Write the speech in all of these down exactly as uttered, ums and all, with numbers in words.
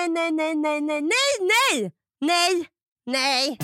nej, nej, nej, nej, nej, nej, nej, nej.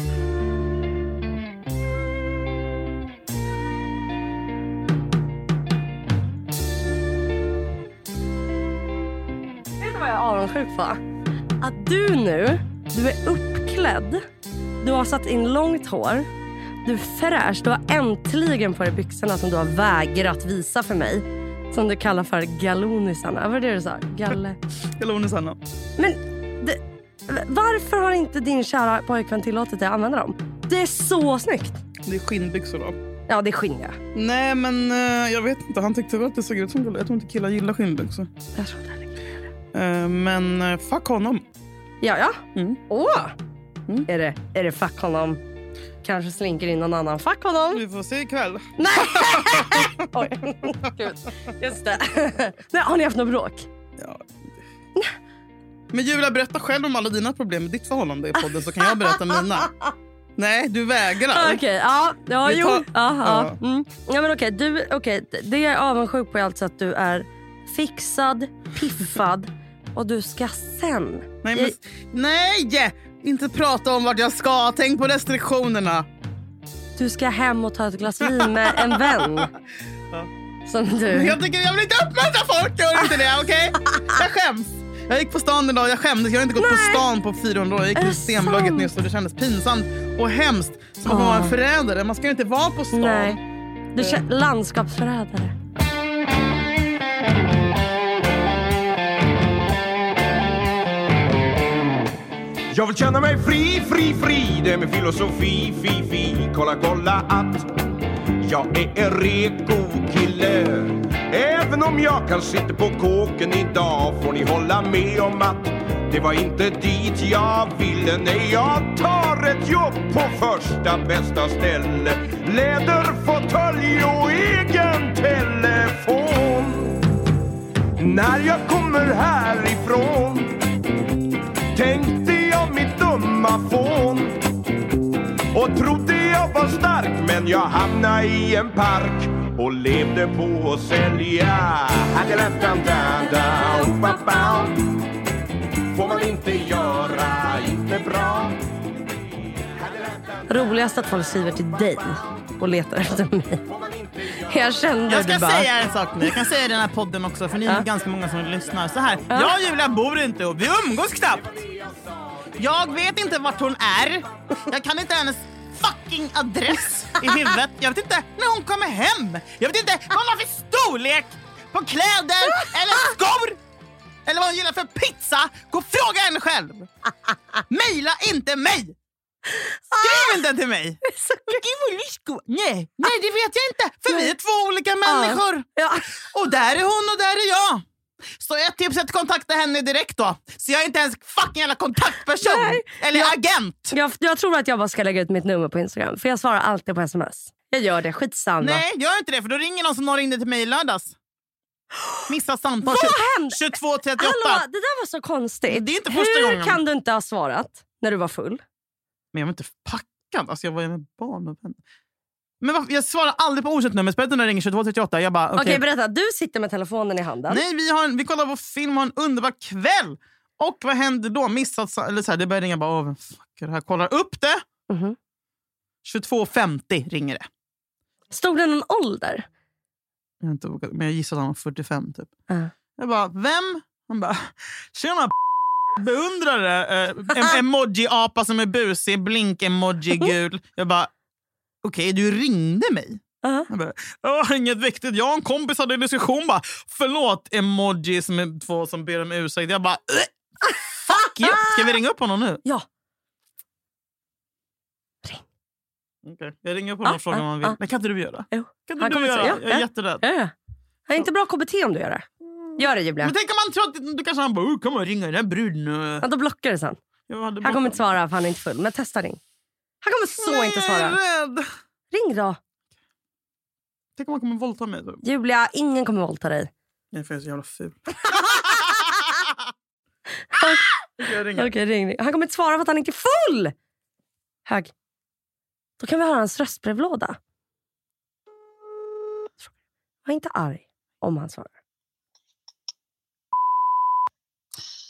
Vet du vad jag är avundsjuk på? Att du nu, du är uppklädd. Du har satt in långt hår. Du är fräsch. Du har äntligen på dig byxorna som du har vägrat visa för mig. Som du kallar för galonisarna. Vad är det du sa? Galle... Galonisarna. Men det, varför har inte din kära pojkvän tillåtit dig att använda dem? Det är så snyggt. Det är skinnbyxor då. Ja, det är skinn, ja. Nej, men uh, jag vet inte. Han tyckte väl att det såg ut som galle. Jag tror inte killar gillar skinnbyxor. Jag tror det. Uh, men uh, fuck honom. Ja, ja. Mm. Åh! Mm. Är, det, är det fuck honom? Kanske slinker in någon annan. Fuck honom. Vi får se ikväll. Nej! Oj, gud. Just det. Nej, har ni haft något bråk? Ja. Men Julia, berätta själv om alla dina problem med ditt förhållande i podden så kan jag berätta mina. Nej, du vägrar. Okej, okay, ja. Ja, Vi jo. tar... Ja, ja. Mm. Ja, men okej. Okay, du, okay. Det är avundsjuk på alltså att du är fixad, piffad och du ska sen. Nej, men... Nej! Inte prata om vart jag ska. Tänk på restriktionerna. Du ska hem och ta ett glas vin med en vän. Ja. Som du. Jag tycker jag vill inte uppmuntra folk. Jag inte det, okej? Okay? Jag skäms. Jag gick på stan idag och jag skämdes. Jag har inte gått Nej. på stan på fyrahundra år. Jag gick på Systembolaget nyss och det kändes pinsamt och hemskt. Som att man var en förrädare. Man ska ju inte vara på stan. Nej. Du är landskapsförrädare. Jag vill känna mig fri, fri, fri. Det är min filosofi, fi, fi. Kolla, kolla att jag är en reko kille. Även om jag kan sitta på kåken idag får ni hålla med om att det var inte dit jag ville. Nej, jag tar ett jobb på första bästa ställe. Läderfåtölj och egen telefon. När jag kommer härifrån tänkte jag mitt dumma fån och trodde jag var stark, men jag hamnade i en park och levde på att sälja. Får man inte göra, inte bra. Roligast att folk skriver till dig och letar efter mig. Jag kände Jag ska bara... säga en sak nu. Jag kan säga i den här podden också, för ni är ja. ganska många som lyssnar. Så här, ja. jag och Julia bor inte och vi umgås knappt. Jag vet inte vart hon är. Jag kan inte hennes fucking adress i huvudet. Jag vet inte när hon kommer hem. Jag vet inte vad hon har för storlek på kläder eller skor. Eller vad hon gillar för pizza. Gå och fråga henne själv. Maila inte mig. Skriv inte till mig. Nej, nej, det vet jag inte. För vi är två olika människor. Ja. Och där är hon och där är jag. Så jag tips att kontakta henne direkt då. Så jag är inte ens fucking jävla kontaktperson. Nej. Eller jag, agent. Jag, jag tror att jag bara ska lägga ut mitt nummer på Instagram. För jag svarar alltid på sms. Jag gör det, skitsamma. Nej, gör inte det. För då ringer någon som når in det till mig lördags. Missa samtal. Vad hände? tjugotvå trettioåtta. Hallå, det där var så konstigt. Det är inte första Hur gången. kan du inte ha svarat när du var full? Men jag var inte packad. Alltså jag var ju med barn och vänner. Men varför? Jag svarar aldrig på okänt nummer. Spelar när det ringer tjugotvå trettioåtta. Jag bara, okej. Okay. Okej, berätta. Du sitter med telefonen i handen. Nej, vi, har en, vi kollar på film och har en underbar kväll. Och vad händer då? Missat, eller så här, det börjar ringa. Bara, åh, fuck är det här? Kollar upp det. Mm-hmm. tjugotvå femtio ringer det. Stod det någon ålder? Jag har inte vågat, men jag gissar att han var fyrtiofem typ. Uh. Jag bara, vem? Han bara, tjena beundrare. Eh, emoji-apa som är busig. Blink-emoji gul. Jag bara, okej, okay, du ringde mig. Uh-huh. Jag bara, åh, inget viktigt. Jag och en kompis hade en diskussion. Bara, förlåt, emoji som är två som ber om ursäkt. Jag bara, fuck you. Ska vi ringa upp honom nu? Ja. Ring. Okej, okay. Jag ringer upp honom och uh, frågar uh, om han vill. Uh. Men kan inte du göra? Jo. Kan inte du göra? Ja, jag är ja. jätterädd. Ja, ja. Det är inte bra K B T om du gör det. Gör det, Julia. Men tänk om man tror att du kanske han bara, kan man ringa den här bruden? Ja, då blockar det sen. Han kommer inte svara för han är inte full. Men testa ring. Han kommer så Nej, inte svara. Jag är rädd. Ring då. Tänk om man kommer våldta mig. Typ. Julia, ingen kommer våldta dig. Nej, för jag är så jävla ful. Okej, okay, okay, ring, ring. Han kommer inte svara för att han inte är full. Hög. Då kan vi höra hans röstbrevlåda. Var inte arg om han svarar.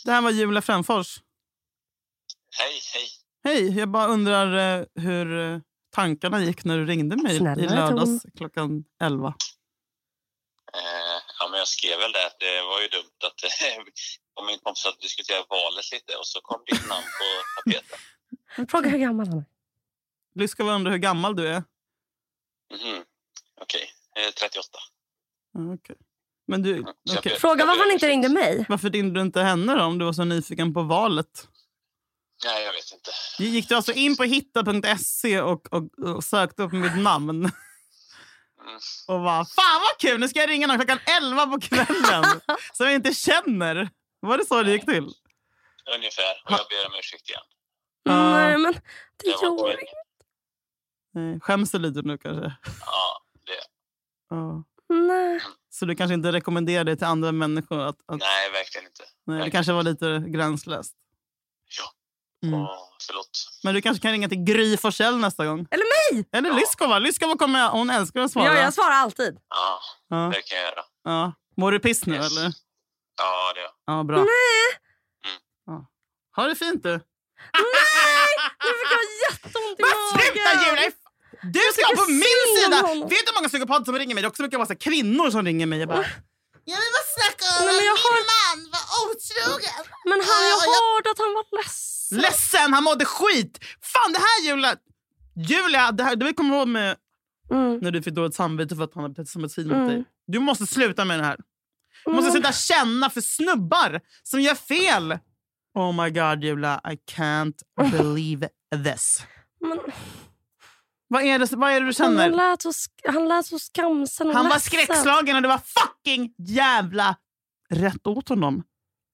Det här var Julia Fränfors. Hej, hej. Hej, jag bara undrar eh, hur eh, tankarna gick när du ringde mig Snälla, i lördags Tom. klockan elva. Eh, ja, men jag skrev väl det att det var ju dumt att om min kompis att diskutera valet lite och så kom ditt namn på tapeten. Fråga hur gammal han är. Du ska väl undra hur gammal du är? Mhm. Okej, okay. trettioåtta. Ja, okay. Men du, Så okay. jag- Fråga jag varför han ber- inte ringde mig. Varför ringde du inte henne då om du var så nyfiken på valet? Nej, jag vet inte. Gick du alltså in på hitta punkt se och, och, och sökte upp mitt namn? Mm. Och bara, fan vad kul, nu ska jag ringa någon klockan elva på kvällen som jag inte känner. Var det så det gick till? Ungefär, och jag ber om ursäkt igen. Ja. Nej, men det Det var inte gör meningen. Nej, skäms du lite nu kanske? Ja, det. Ja. Nej. Så du kanske inte rekommenderar det till andra människor? Att, att, Nej, verkligen inte. nej, det kanske var lite gränslöst. Ja, Mm. Åh, förlåt. Men du kanske kan ringa till Gry Forssell nästa gång. Eller mig! Eller Ja. Lyskova. Lyskova kommer, hon älskar att svara. Ja, jag svarar alltid. Ja, Ja. det kan jag göra. Ja. Mår du piss nu Yes. eller? Ja, det är jag. Ja, bra. Nej! Ja. Ha det fint du. Nu fick jag jätteont i Men magen. sluta Julia! Du ska tycker vara på min synd om sida! honom. Vet du hur många psykopater som ringer mig? Det är också mycket massa kvinnor som ringer mig. Jag bara, jag vill bara snacka om Nej, men jag min har- man var otrogen. Men han, jag Ja, jag- hörde att han var ledsen. Ledsen, han mådde skit. Fan det här Julia. Julia, det här, det vi kommer ihåg med Mm. när du fick dåligt samvete för att han har betett sig som ett svin mot Mm. dig. Du måste sluta med det här. Du måste Mm. sluta känna för snubbar som gör fel. Oh my god Julia, I can't believe this. Men, Vad är det, vad är det du han, känner? han, lät så, sk- han lät så skamsen och Han var ledsen. skräckslagen och det var fucking jävla rätt åt honom.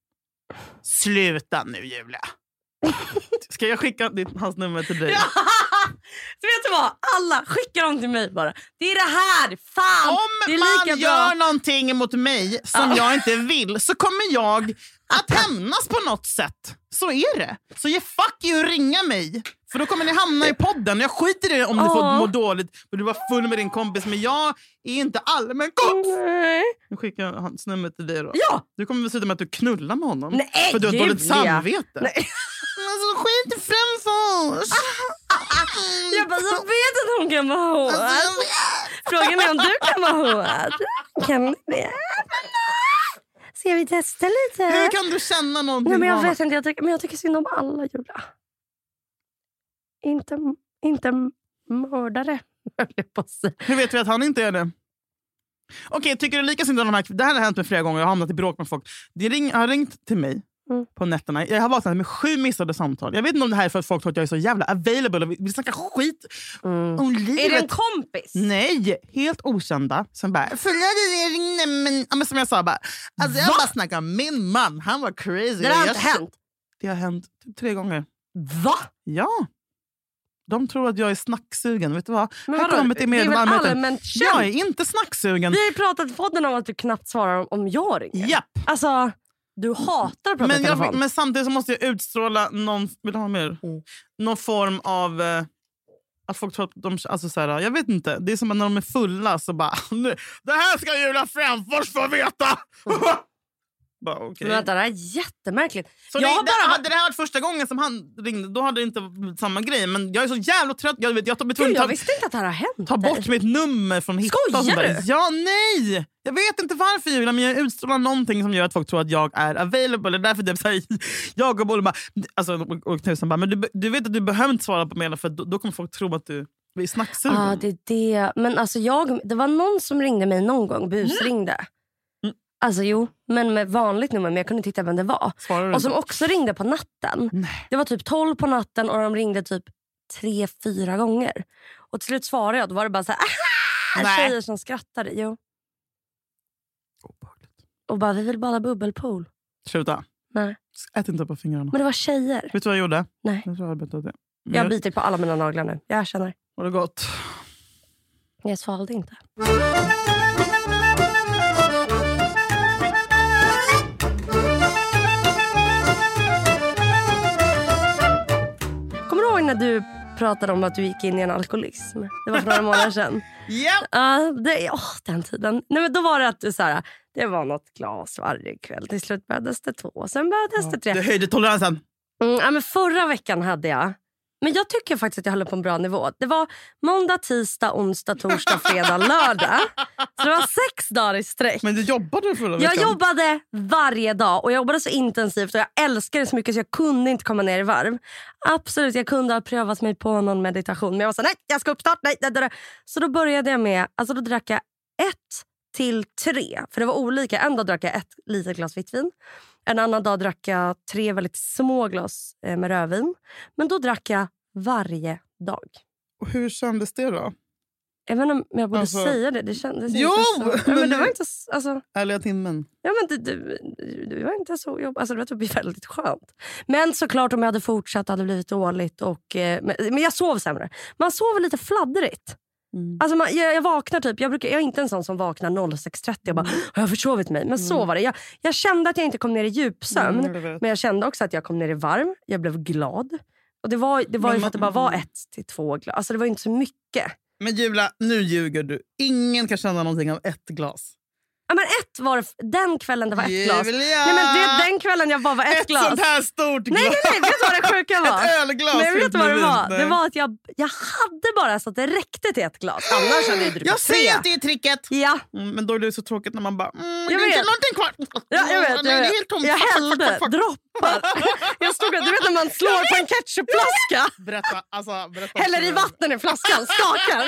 Sluta nu Julia. Ska jag skicka ditt, hans nummer till dig? Ja! Så vet du vad? Alla skickar dem till mig bara. Det är det här. Fan. Om det är lika man bra. gör någonting mot mig som jag inte vill så kommer jag att hämnas på något sätt. Så är det. Så ge fuck you och ringa mig. För då kommer ni hamna i podden. Jag skiter i det om du Ja. får må dåligt och du var full med din kompis. Men jag är inte allmän kock. Nej. Nu skickar jag hans nummer till dig då. Ja. Du kommer väl sluta med att du knullar med honom. Nej, för du har Julia. dåligt samvete. Nej. Alltså skit i Fränfors. Jag bara, jag vet att hon kan vara hård. Frågan är om du kan vara hård. Kan du det? Ska vi testa lite? Hur kan du känna någonting? Nej, men jag bra? vet inte. Jag tycker, men jag tycker synd om alla, Julia. Inte, inte mördare, höll jag på att säga. Hur vet vi att han inte är det? Okej, tycker du lika synd om de här? Det här har hänt mig flera gånger. Jag har hamnat i bråk med folk. Det ring, har ringt till mig Mm. på nätterna. Jag har vaknat med sju missade samtal. Jag vet inte om det här är för att folk tror att jag är så jävla available och vill snacka skit Mm. om livet. Är det en kompis? Nej, helt okända som bara, förlåt jag ringde men, ja, men som jag sa bara, alltså jag Va? bara snackar om min man, han var crazy. Det har Jag- inte hänt. Det har hänt typ tre gånger. Va? Ja. De tror att jag är snacksugen, vet du vad? Men Här vadå? kommer till Det är med väl allmänheten. allmänt känt? Jag är inte snacksugen. Vi har ju pratat i podden om att du knappt svarar om- om jag ringer. Japp. Alltså, du hatar att prata Men, i telefon. jag, men samtidigt så måste jag utstråla någon, vill du ha mer? Mm. Någon form av eh, att folk tror att de, alltså så här, jag vet inte, det är som att när de är fulla så bara, nu, det här ska Julia Fränfors få veta. Bara, okay. Men vänta, det här är jättemärkligt. Så Jag det, har det, bara- hade det här varit första gången som han ringde, då hade det inte blivit samma grej. Men jag är så jävla trött. Jag, vet, jag tar Gud, tvungen jag att visste inte att det här har hänt ta dig. bort mitt nummer från Hitta. och Skojar sånt där. du? Ja, nej! Jag vet inte varför Julia, men jag utstrålar någonting som gör att folk tror att jag är available. Det är därför det så här, jag och Bolle bara, alltså, och, och Knutsen bara, men du, du vet att du behöver inte svara på mejlen för då, då kommer folk tro att du är snacksugen. Ja, det är det. Men alltså jag, det var någon som ringde mig någon gång, busringde. Mm. Alltså jo, men med vanligt nummer, men jag kunde inte hitta vem det var. Svarar du Och som inte? också ringde på natten. Nej. Det var typ tolv på natten och de ringde typ tre, fyra gånger. Och till slut svarade jag, då var det bara så här, aha! Nej. Tjejer som skrattade. Jo. Obehagligt. Och bara, vi vill bada bubbelpool. Sluta. Nej. Ät inte på fingrarna. Men det var tjejer. Vet du vad jag gjorde? Nej. Jag tror jag arbetade det. Men Jag har bitit på alla mina naglar nu. Jag erkänner. Var det gott? Jag svalde inte. Kommer du ihåg när du pratade om att du gick in i en alkoholism. Det var för några månader sedan. Ja. Ja, det, oh, den tiden. Nej, men då var det att du så här, det var något glas varje kväll. Till slut börjades det två, sen börjades det tre. Du höjde toleransen. Mm, ja, men förra veckan hade jag... Men jag tycker faktiskt att jag håller på en bra nivå. Det var måndag, tisdag, onsdag, torsdag, fredag, lördag. Så det var sex dagar i sträck. Men du jobbade förra veckan? Jag jobbade varje dag och jag jobbade så intensivt och jag älskade det så mycket så jag kunde inte komma ner i varv. Absolut, jag kunde ha prövat mig på någon meditation. Men jag var så nej, jag ska upp snart. Nej, nej, nej. Så då började jag med, alltså då drack jag ett till tre. För det var olika. En dag drack jag ett litet glas vitt vin. En annan dag drack jag tre väldigt små glas eh, med rödvin. Men då drack jag varje dag. Och hur kändes det då? Jag vet inte om jag borde alltså, säga det. Det kändes jo, inte så. Ja, men det var inte så, alltså, ärliga timmen. Ja, men det, det, det var inte så jobb. Alltså, det var typ väldigt skönt. Men såklart om jag hade fortsatt hade det blivit dåligt. Och, eh, men, men jag sov sämre. Man sover lite fladdrigt. Mm. Alltså man, jag, jag vaknar typ, jag, brukar, jag är inte en sån som vaknar sex trettio och bara, mm. jag har försovit mig. Men mm. så var det. Jag, jag kände att jag inte kom ner i djupsömn. Mm, men jag kände också att jag kom ner i varv. Jag blev glad. Och det var, det var ju för att det bara var ett till två glas. Alltså det var inte så mycket. Men Julia, nu ljuger du. Ingen kan känna någonting av ett glas. Ja, men ett var den kvällen det var ett Julia. glas. Nej, men det, den kvällen jag bara var ett, ett glas. Ett sånt här stort glas. Nej, nej, nej. Vet du vad det sjuka var? Ett ölglas. Nej, vet du vad det var? Nej. Det var att jag, jag hade bara så att det räckte till ett glas. Annars hade jag druckit Jag tre. ser att det är tricket. Ja. Mm, men då är det så tråkigt när man bara, mm, jag det är vet. inte någonting kvar. Ja, jag vet. Nej, Jag, det är vet. helt tomt. jag Fuck, hällde fuck, fuck, fuck. droppar. Jag stod, du vet när man slår på en ketchupflaska. Berätta, alltså, berätta. Häller i vatten i flaskan, skakar.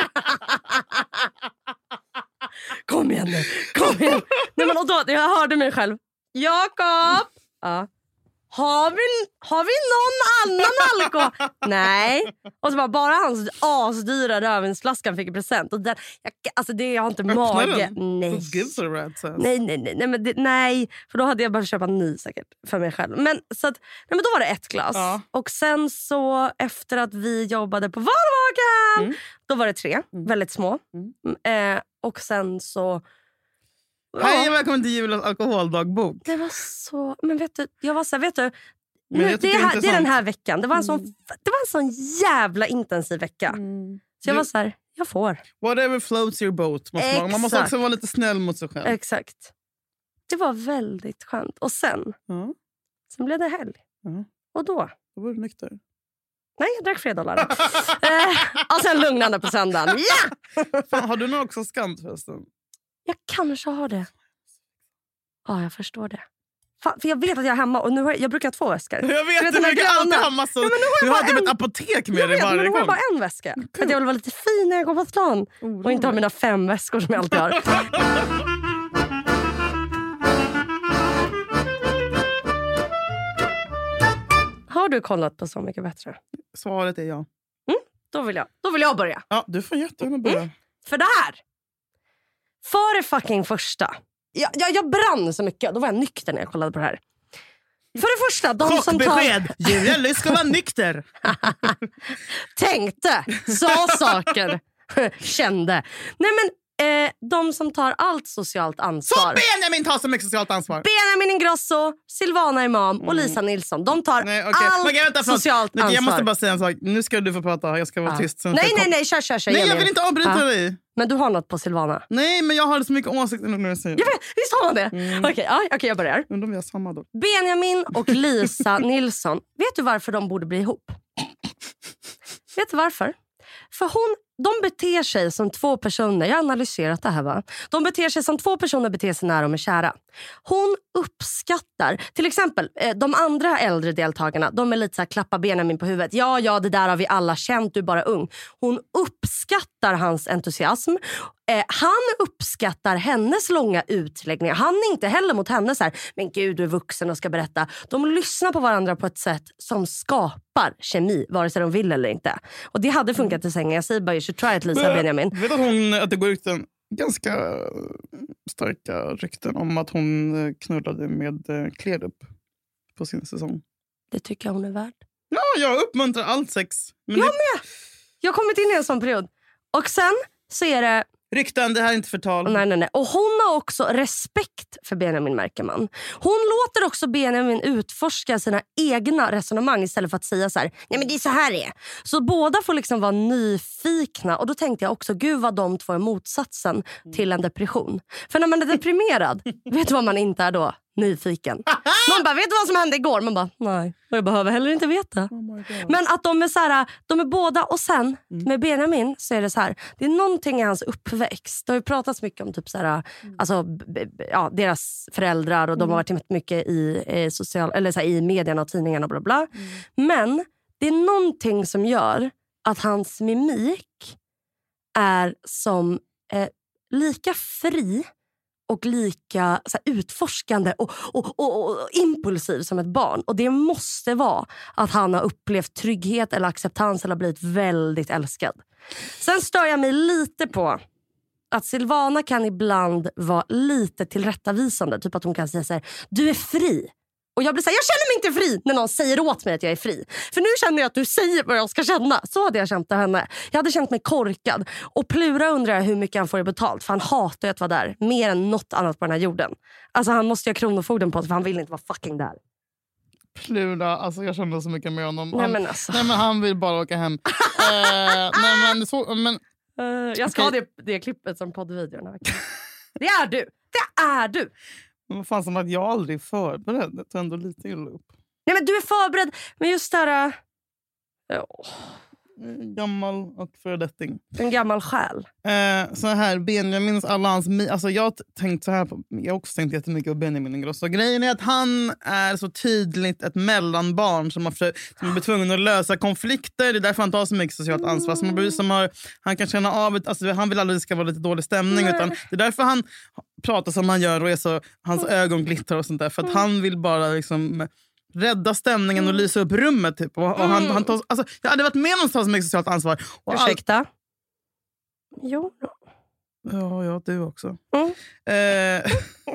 Kom igen nu, kom igen. Nej, men, och då, jag hörde mig själv. Jakob, ja. har, vi, har vi någon annan alkohol? Nej. Och så bara, bara hans asdyra rödvinsflaskan fick en present. Och den, jag, alltså det, jag har inte Öppna mage. Den. Nej. nej. Nej, nej, nej, men det, nej. För då hade jag bara köpa en ny säkert för mig själv. Men, så att, nej, men då var det ett glas. Ja. Och sen så efter att vi jobbade på Valvakan, mm. då var det tre. Mm. Väldigt små. Mm. Eh, och sen så... Ja. Hej, välkommen till Julias alkoholdagbok. Det var så... Men vet du, jag var så här, vet du... Men nu, det, är här, det är den här veckan. Det var en sån, mm. det var en sån jävla intensiv vecka. Mm. Så jag var så här, jag får. Whatever floats your boat. Måste man. man måste också vara lite snäll mot sig själv. Exakt. Det var väldigt skönt. Och sen, mm. sen blev det helg. Mm. Och då? Då var du nykter. Nej, jag drack fredag lördag. eh, och sen lugnande på söndagen. Ja! Fan, har du någon också skant förresten? Jag kanske har det. Ja, jag förstår det. Fan, för jag vet att jag är hemma och nu har jag, jag brukar ha två väskor. Jag vet, jag du brukar alltid ha massor. Ja, du har typ en... ett apotek med dig varje gång. Men nu har jag bara en väska. Cool. Att jag vill vara lite fin när jag går på stan. Oh, och inte ha mina fem väskor som jag alltid har. Har du kollat på Så mycket bättre? Svaret är ja. Mm, då, vill jag, då vill jag börja. Ja, du får jättegärna börja. Mm. För det här. För det fucking första. Jag, jag, jag brann så mycket. Då var jag nykter när jag kollade på det här. För det första, de som tar... Chockbesked! Julia Lyss ska vara nykter. Tänkte, sa saker, kände. Nej men, eh, de som tar allt socialt ansvar. Så Benjamin tar så mycket socialt ansvar. Benjamin Ingrosso, Silvana Imam och mm. Lisa Nilsson. De tar nej, okay. allt okay, vänta, socialt nej, ansvar. Jag måste bara säga en sak. Nu ska du få prata, jag ska vara ah. tyst. Nej, nej, nej, nej, kör, kör, kör. Nej, jag vill inte avbryta ah. dig. Men du har något på Silvana. Nej, men jag har så mycket åsikter när du säger. Jag vet, visst har man det? Mm. Okej, okay, ja, okay, jag börjar. Men de är samma då. Benjamin och Lisa Nilsson. Vet du varför de borde bli ihop? Vet du varför? För hon, de beter sig som två personer. Jag har analyserat det här, va? De beter sig som två personer beter sig när de är kära. Hon uppskattar, till exempel de andra äldre deltagarna, de är lite så här, klappa Benjamin på huvudet. Ja, ja, det där har vi alla känt, du är bara ung. Hon uppskattar hans entusiasm. Eh, han uppskattar hennes långa utläggningar. Han är inte heller mot henne så här, men gud, du är vuxen och ska berätta. De lyssnar på varandra på ett sätt som skapar kemi, vare sig de vill eller inte. Och det hade funkat i sängen. Jag säger bara, you should try it, Lisa men, Benjamin. Vet att, hon, att det går rykten, ganska starka rykten om att hon knullade med Klerup på sin säsong. Det tycker jag hon är värd. Ja, jag uppmuntrar allt sex. Men jag det... med! Jag har kommit in i en sån period. Och sen så är det Rykten, det här är inte förtal. Nej, nej, nej. Och hon har också respekt för Benjamin Merkeman. Hon låter också Benjamin utforska sina egna resonemang istället för att säga så här: nej men det är så här det är. Så båda får liksom vara nyfikna. Och då tänkte jag också, gud vad de två är motsatsen till en depression. För när man är deprimerad, vet du vad man inte är då? Nyfiken. Man bara, vet du vad som hände igår? Man bara, nej, jag behöver heller inte veta. Oh men att de är så här, de är båda. Och sen mm. med Benjamin så är det så här, det är någonting i hans uppväxt. Det har ju pratats mycket om typ så här, mm. alltså, b- b- ja, deras föräldrar. Och de mm. har varit mycket i, eh, social, eller så här, i medierna och tidningarna och bla bla. Mm. Men det är någonting som gör att hans mimik är som eh, lika fri och lika så här, utforskande och, och, och, och impulsiv som ett barn. Och det måste vara att han har upplevt trygghet eller acceptans eller blivit väldigt älskad. Sen stör jag mig lite på att Silvana kan ibland vara lite tillrättavisande. Typ att hon kan säga så här: du är fri. Och jag blir så här, jag känner mig inte fri när någon säger åt mig att jag är fri. För nu känner jag att du säger vad jag ska känna. Så hade jag känt av henne. Jag hade känt mig korkad. Och Plura undrar jag hur mycket han får betalt. För han hatar ju att vara där. Mer än något annat på den här jorden. Alltså han måste ju ha kronofogden på sig, för han vill inte vara fucking där. Plura, alltså jag känner så mycket med honom. Nej men alltså. Nej men han vill bara åka hem. uh, nej men så, men... Uh, jag ska okay. ha det, det klippet som poddvideon. Det är du. Det är du. Men vad fan, som att jag aldrig är förberedd. Det tar ändå lite illa upp. Nej men du är förberedd. Men just där... Uh, oh. Gammal och föredetting. En gammal själ. Eh, så här, Benjamins alla hans... Alltså jag har tänkt så här på, jag har också tänkt jättemycket på Benjamin Ingrosso. Grejen är att han är så tydligt ett mellanbarn som har försökt, som är tvungen att lösa konflikter. Det är därför han tar så mycket socialt ansvar. Som har, som har, han kan känna av ett, alltså han vill aldrig att det ska vara lite dålig stämning. Utan det är därför han pratar som han gör och är så, hans ögon glittrar och sånt där. För att han vill bara liksom... rädda stämningen och lysa upp rummet typ. Och, och han, han tar, alltså, jag hade varit med någon som tar så mycket socialt ansvar. Och ursäkta? All... Jo. Ja, ja, du också. Mm. Eh...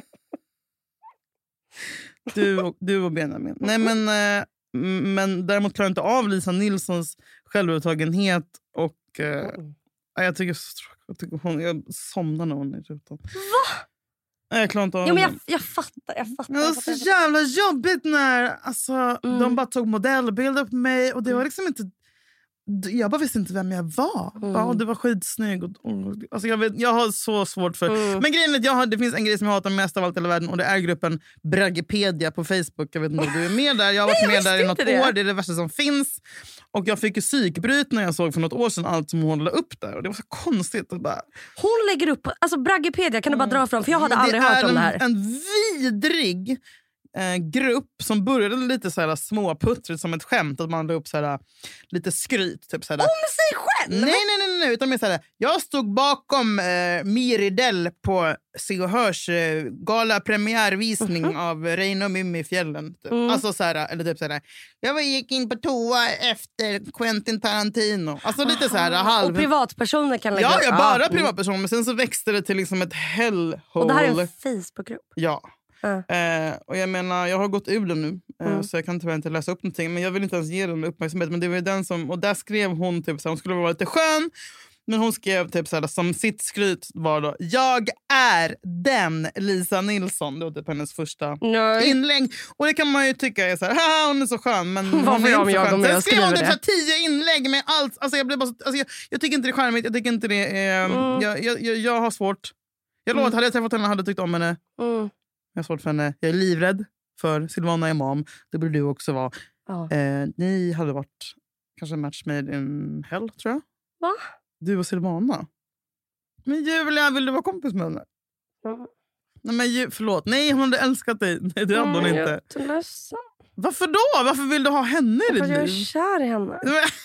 du, och, du och Benjamin. Nej, men, eh, men däremot klarar jag inte av Lisa Nilssons självövertagenhet. Och eh, mm. jag, tycker, jag tycker hon, jag somnar när hon är rutan. Va? Jag klarar inte av jo, men jag, jag fattar, jag fattar. Det var så jävla jobbigt när alltså, mm. de bara tog modellbilder på mig. Och det var liksom inte... Jag bara visste inte vem jag var. Mm. Bara, det var skitsnygg. Och, och, alltså jag, vet, jag har så svårt för... Mm. Men grejen är att jag har, det finns en grej som jag hatar mest av allt i hela världen. Och det är gruppen Braggepedia på Facebook. Jag vet inte om du är med där. Jag har varit Nej, med där i något det. år. Det är det värsta som finns. Och jag fick ju psykbryt när jag såg för något år sedan allt som hon la upp där. Och det var så konstigt. Att bara... Hon lägger upp... Alltså Braggepedia kan du bara dra fram. För jag hade aldrig hört om en, det här. en vidrig... Eh, grupp som började lite så här småputtrigt som ett skämt, att man la upp så här lite skryt typ så här. Om sig själv. Nej nej nej nej utan mer så här, jag stod bakom eh, Miridell på Se och Hörs eh, gala premiärvisning mm-hmm. av Rein och Mimmi i fjällen typ. Mm. Alltså så här, eller typ så här. Jag var, gick in på toa efter Quentin Tarantino. Alltså lite så här halv. Och privatpersoner kan lägga. Ja, jag bara privatpersoner, men sen så växte det till liksom ett hellhole. Och det här är en Facebookgrupp. Ja. Uh. Eh, och jag menar, jag har gått ur den nu eh, mm. så jag kan tyvärr inte läsa upp någonting, men jag vill inte ens ge den uppmärksamhet. Men det var ju den som, och där skrev hon typ så här, hon skulle vara lite skön, men hon skrev typ så här, som sitt skryt var då: jag är den Lisa Nilsson. Det var typ hennes första Nej. inlägg. Och det kan man ju tycka är så här, haha, hon är så skön, men hon Varför är inte så skön. Sen skrev hon typ så här, tio inlägg med allt. Alltså jag, blev bara så, alltså jag, jag tycker inte det är charmigt, jag tycker inte det är, mm. jag, jag, jag, jag har svårt. Jag lovar att hade jag träffat henne hade jag tyckt om henne. Mm. Jag har svårt för henne. Jag är livrädd för Silvana Imam. Det borde du också vara. Ja. Eh, ni hade varit kanske match made in hell, tror jag. Va? Du och Silvana. Men Julia, vill du vara kompis med henne? Ja. Nej, men förlåt. Nej, hon hade älskat dig. Nej, det hade hon inte. Jag är inte ledsen. Varför då? Varför vill du ha henne i ditt liv? För jag är kär i henne.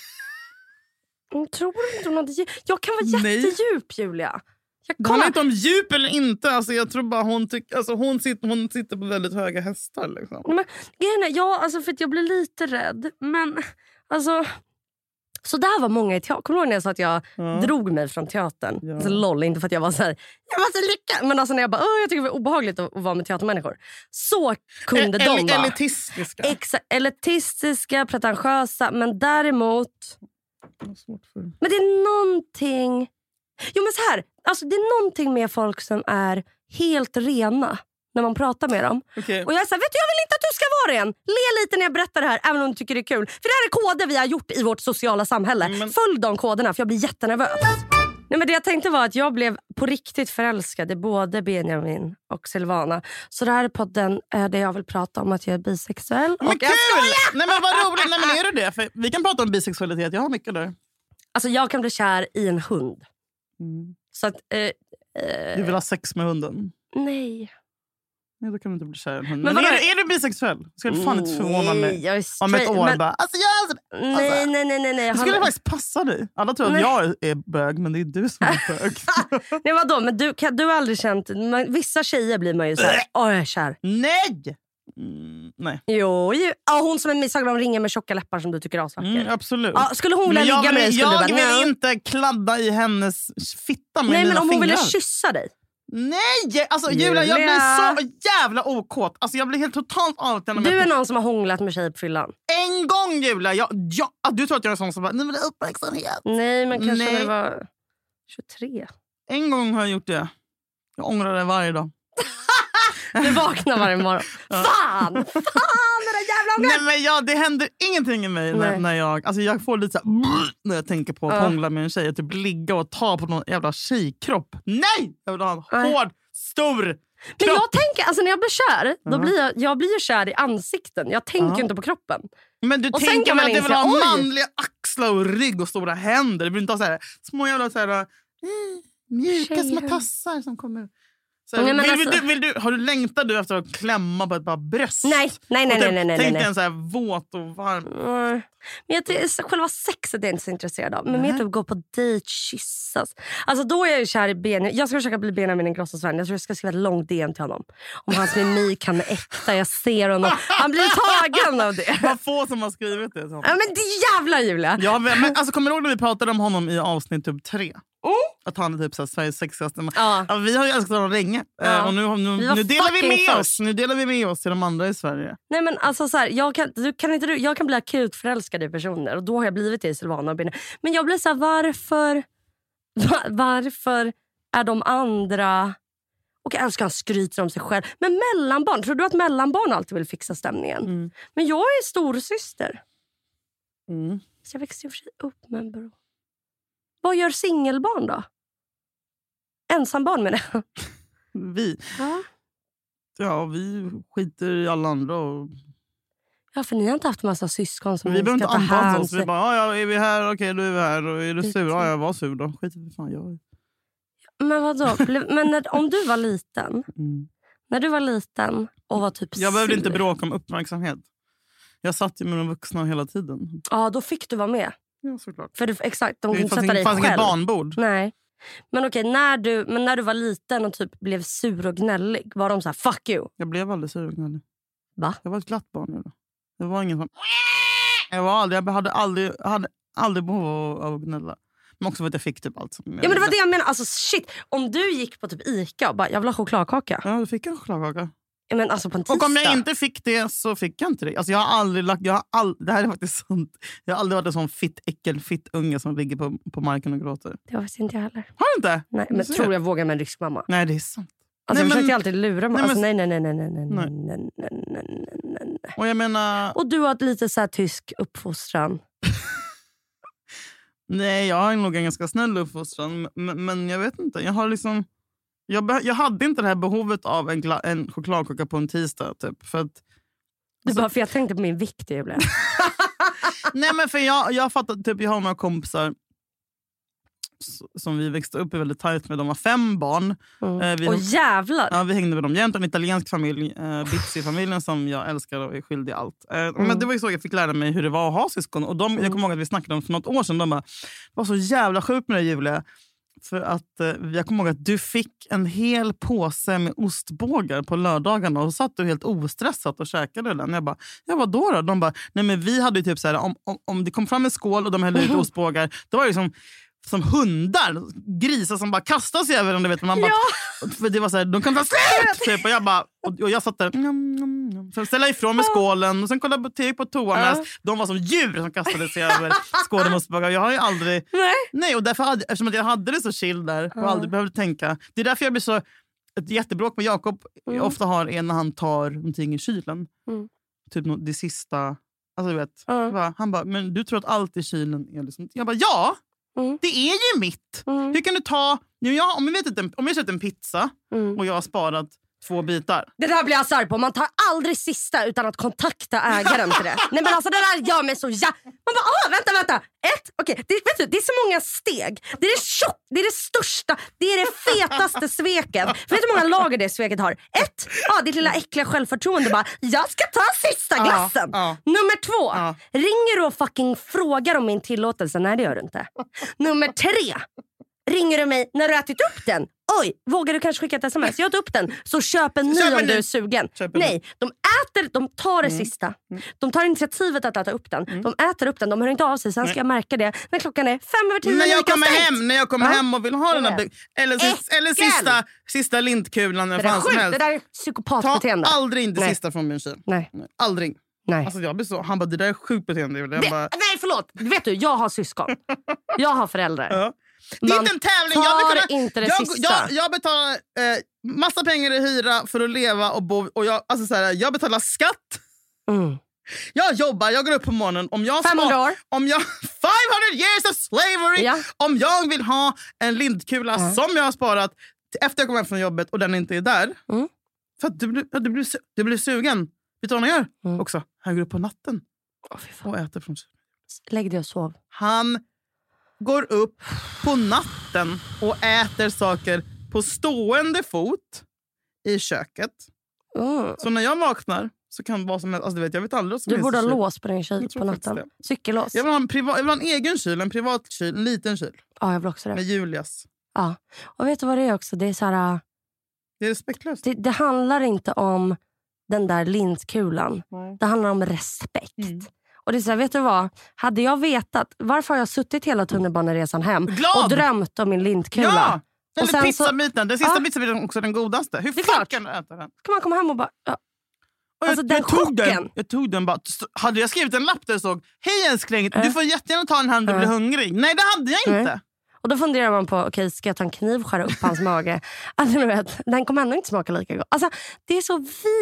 Jag tror inte hon hade... Jag kan vara Nej. jättedjup, Julia. Det handlar inte om djup eller inte. Alltså, jag tror bara hon, tyck, alltså, hon, sitter, hon sitter på väldigt höga hästar. Liksom. Men, gärna, ja, alltså, för att jag blir lite rädd. Men alltså... Så där var många i teatern. Kommer du ihåg när jag sa att jag ja. drog mig från teatern? Ja. Alltså, loll, inte för att jag var så här... Jag var så lyckad. Men alltså när jag bara... Jag tycker det var obehagligt att, att vara med teatermänniskor. Så kunde e- de vara. Elitistiska. Exakt. Elitistiska, pretentiösa. Men däremot... Det svårt för. Men det är någonting... Jo men så här, alltså det är någonting med folk som är helt rena när man pratar med dem. Okay. Och jag är så här, vet du, jag vill inte att du ska vara ren. Le lite när jag berättar det här, även om du tycker det är kul. För det här är koder vi har gjort i vårt sociala samhälle. Men... Följ de koderna, för jag blir jättenervös. Nej, men det jag tänkte var att jag blev på riktigt förälskad i både Benjamin och Silvana. Så det här är podden där jag vill prata om att jag är bisexuell. Men och kul! Nej men vad roligt, nej men är du det? För vi kan prata om bisexualitet, jag har mycket där. Alltså jag kan bli kär i en hund. Mm. Så att... Eh, eh... Du vill ha sex med hunden? Nej. Nej, då kan du inte bli kär i en hund. Men, men är, är... du, är du bisexuell? Ska du fan inte förvåna mig jag är om ett år men... bara... Alltså, jag, alltså, nej, nej, nej, nej, nej. Det skulle faktiskt passa dig. Alla tror nej. att jag är bög, men det är du som är bög. Nej, vadå? Men du, kan, du har aldrig känt... Men vissa tjejer blir man ju så här... Åh, jag är kär. Nej! Mm, nej. Jo, ju. Ja, hon som är med Sagan om ringen med tjocka läppar som du tycker asvacker. Mm, absolut. Ja, skulle hon vilja ligga vill, med dig skulle jag du bara... Jag vill nej. inte kladda i hennes fitta med nej, mina men om hon fingrar. ville kyssa dig. Nej! Alltså Julia, jag blir så jävla okåt. Alltså jag blir helt totalt avtänd. Du är någon som har hånglat med tjej på fyllan. En gång Julia. Jag, jag, du tror att jag är sån som bara, nu vill jag uppmärksamhet. Nej, men kanske nej. när du var tjugotre. En gång har jag gjort det. Jag ångrar det varje dag. Du vaknar varje morgon. Ja. Fan! Fan, det där jävla ångar! Nej men ja, det händer ingenting i mig när, när jag... Alltså jag får lite så här, när jag tänker på att ja. hångla med en tjej. Att typ ligga och ta på någon jävla tjejkropp. Nej! Jag vill ha en Nej. hård, stor kropp. Men jag tänker, alltså när jag blir kär, då uh-huh. blir jag, jag blir ju kär i ansikten. Jag tänker uh-huh. inte på kroppen. Men du och tänker väl att du vill ha oj. manliga axlar och rygg och stora händer. Du vill inte ha så här, små jävla så här, mm, mjuka Tjejer. små tassar som kommer... Så här, nej, vill, alltså... vill du, vill du, har du längtat du efter att klämma på ett par bröst? Nej, nej, nej. nej, nej, nej tänk dig en så här våt och varm. Mm. Men jag, själva sexet är jag inte så intresserad av. Men mer typ gå på dejt, kyssas. Alltså då är jag ju kär i Benjamin. Jag ska försöka bli Benjamin en Grossas-vän. Jag tror jag ska skriva ett långt D M till honom. Om hans mimik han är äkta. Jag ser honom. Han blir tagen av det. Vad få som har skrivit det. Så. Ja men det är jävla Julia. Ja, men alltså kommer du ihåg när vi pratade om honom i avsnitt typ tre? Mm. Att han är typ så här, Sveriges sexigaste. Ja. Ja, vi har ju älskat honom länge. Ja. Och nu, nu, nu delar vi med först. oss. Nu delar vi med oss till de andra i Sverige. Nej men alltså så här, jag kan, du, kan inte, jag kan bli akut förälskad i personer. Och då har jag blivit det i Silvana och Benjamin. Men jag blir så här, varför var, varför är de andra... Och jag älskar han skryter om sig själv. Men mellanbarn, tror du att mellanbarn alltid vill fixa stämningen? Mm. Men jag är storsyster. Mm. Så jag växte ju för sig upp med en bror. Vad gör singelbarn då? Ensambarn med det. Vi? Ja. Ja, vi skiter i alla andra. Och... Ja, för ni har inte haft massa syskon som vi behöver inte anpassa oss. sig. Vi bara, ja, är vi här? Okej, okay, då är vi här. Och är du sur? Ja, jag var sur då. Skiter vi fan, jag. Men vadå? Men när, om du var liten. Mm. När du var liten och var typ jag behövde sur. inte bråka om uppmärksamhet. Jag satt ju med de vuxna hela tiden. Ja, då fick du vara med. Ja, såklart. För du, exakt, de kunde det sätta dig fanns själv. inget barnbord. Nej. Men okej, när du, men när du var liten och typ blev sur och gnällig, var de så här, fuck you? Jag blev aldrig sur och gnällig. Va? Jag var ett glatt barn. Eller? Det var ingen som... Jag, var aldrig, jag hade aldrig, hade aldrig behov av, av att gnälla. Men också för att jag fick typ allt. Som jag ja, men det var det jag menar. Alltså shit, om du gick på typ Ica och bara, jag vill ha chokladkaka. Ja, du fick en chokladkaka. Men alltså på en tisdag. Och om jag inte fick det så fick jag inte det. Alltså jag har aldrig lagt, jag har all, det här är faktiskt sånt. Jag har aldrig varit en sån fitt äckel fitt unge som ligger på, på marken och gråter. Det har inte jag heller. Har du inte? Nej, men tror jag vågar med en rysk mamma. Nej, det är sant. Alltså nej, jag försökte men, alltid lura mig. Nej, alltså, nej, nej, nej, nej, nej, nej, nej. nej, nej, nej, nej, nej. Och jag menar... Och du har ett lite så här tysk uppfostran. Nej, jag har nog en ganska snäll uppfostran. Men, men jag vet inte. Jag har liksom... Jag, be- jag hade inte det här behovet av en, gla- en chokladkaka på en tisdag. Typ, för att... Du bara, för jag tänkte på min vikt jag blev. Nej, men för jag, jag fattar, typ jag har några kompisar som vi växte upp i väldigt tajt med. De var fem barn. Mm. Eh, vi, och jävlar! Ja, vi hängde med dem jämt. En italiensk familj, eh, Bizzi-familjen som jag älskar och är skyldig allt. Eh, mm. Men det var ju så jag fick lära mig hur det var att ha syskon. Och de, mm. jag kommer ihåg att vi snackade om för något år sedan. De bara, det var så jävla sjukt med det, Julia. För att eh, jag kommer ihåg att du fick en hel påse med ostbågar på lördagarna och satt du helt ostressat och käkade den. Jag bara, ja vadå då? De bara, nej men vi hade ju typ så här, om, om, om det kom fram en skål och de hällde ut ostbågar, då var det som som hundar, grisar som bara kastar sig över den, du vet. Man bara, ja. För det var så här, de kan ta slut! Typ, och jag bara, och, och jag satt där. Nom, nom, nom. Så ställa ifrån med skålen och sen kolla på T V på toan. Ja. De var som djur som kastade sig över skålen och spagade. Jag har ju aldrig... Nej. Nej, och därför hade, eftersom att jag hade det så chill där och Ja. aldrig behövde tänka. Det är därför jag blir så... Ett jättebråk med Jakob Mm. jag ofta har är när han tar någonting i kylen. Mm. Typ nå- det sista... Alltså du vet. Ja. Va? Han bara, men du tror att allt i kylen är liksom... Jag bara, ja! Mm. Det är ju mitt! Mm. Hur kan du ta... Nu, jag, om, jag vet inte, om jag köpt en pizza Mm. och jag har sparat två bitar. Det där blir jag så arg på. Man tar aldrig sista utan att kontakta ägaren till det. Nej men alltså det där gör mig så ja. Man bara, ah, vänta, vänta. Ett, okej. Okay. Det, vet du, det är så många steg. Det är det tjock, det är det största, det är det fetaste sveket. För vet du hur många lager det sveket har? Ett, ah, ditt lilla äckliga självförtroende bara, jag ska ta sista glassen. Ja, ja. Nummer två, Ja. ringer du och fucking frågar om min tillåtelse? Nej det gör du inte. Nummer tre, ringer du mig när du ätit upp den? Oj, vågar du kanske skicka ett sms? Jag har upp den, så köp en ny Köp en om du ny. är sugen. Köp en Nej, de äter, de tar det sista. De tar initiativet att äta upp den. De äter upp den, de hör inte av sig. Sen ska jag märka det när klockan är fem över tio. När jag lika kommer stängt. hem, när jag kommer Ja. hem och vill ha den här... Jag By- eller sis- eller Äckel! sista, sista lintkulan. Det Eller där är fan som sjukt, helst. det där är Ta psykopatbeteende. aldrig in det Nej. sista från min kyl. Nej, Nej, aldrig. nej. Alltså jag blir så, han bara, det där är sjukt beteende. Jag det, bara, nej, förlåt. Vet du, jag har syskon. Jag har föräldrar. ja. Det är Man inte en tävling. tar Jag, vill kunna, inte det jag, sista. jag, jag betalar eh, massa pengar i hyra för att leva och bo. Och jag, alltså så här, jag betalar skatt. Mm. Jag jobbar, jag går upp på morgonen. Om jag femhundra spar- år. Om jag, femhundra years of slavery. Ja. Om jag vill ha en lindkula Ja. som jag har sparat till efter jag kommer hem från jobbet och den inte är där. Mm. För att du blir, du, blir, su- du blir sugen. Vet du vad han gör? Mm. Också, han går upp på natten Åh, fy fan. och äter från kylen. Lägg dig och sov. Han går upp på natten och äter saker på stående fot i köket. Mm. Så när jag vaknar så kan vad som helst, alltså du vet, jag vet aldrig vad som Du helst borde i ha kylen. lås på din kyl Jag tror på faktiskt natten. Cykellås. Jag vill, ha en priva- jag vill ha en egen kyl, en privat kyl, en liten kyl. Ja, jag vill också Med det. Julias. Ja. Och vet du vad det är också? Det är så här... Det är respektlöst. Det, det handlar inte om den där lintkulan. Nej. Det handlar om respekt. Mm. Och det är så här, vet du vad? Hade jag vetat, varför har jag suttit hela tunnelbaneresan hem Glad! och drömt om min lintkula? Ja! Och Eller sen pizzabiten. Den sista Ja. pizzabiten är också den godaste. Hur Det är fan klart. kan du äta den? Kan man komma hem och bara... Ja. Och jag, Alltså, den jag, tog den, chocken. jag tog den bara. St- Hade jag skrivit en lapp där det stod hej älskling, Äh. du får jättegärna ta den här om du Äh. blir hungrig. Nej, det hade jag Nej. inte. Och då funderar man på, okej, ska jag ta en kniv och skära upp hans mage? Alltså, du vet, den kommer ändå inte smaka lika gott. Alltså, det är så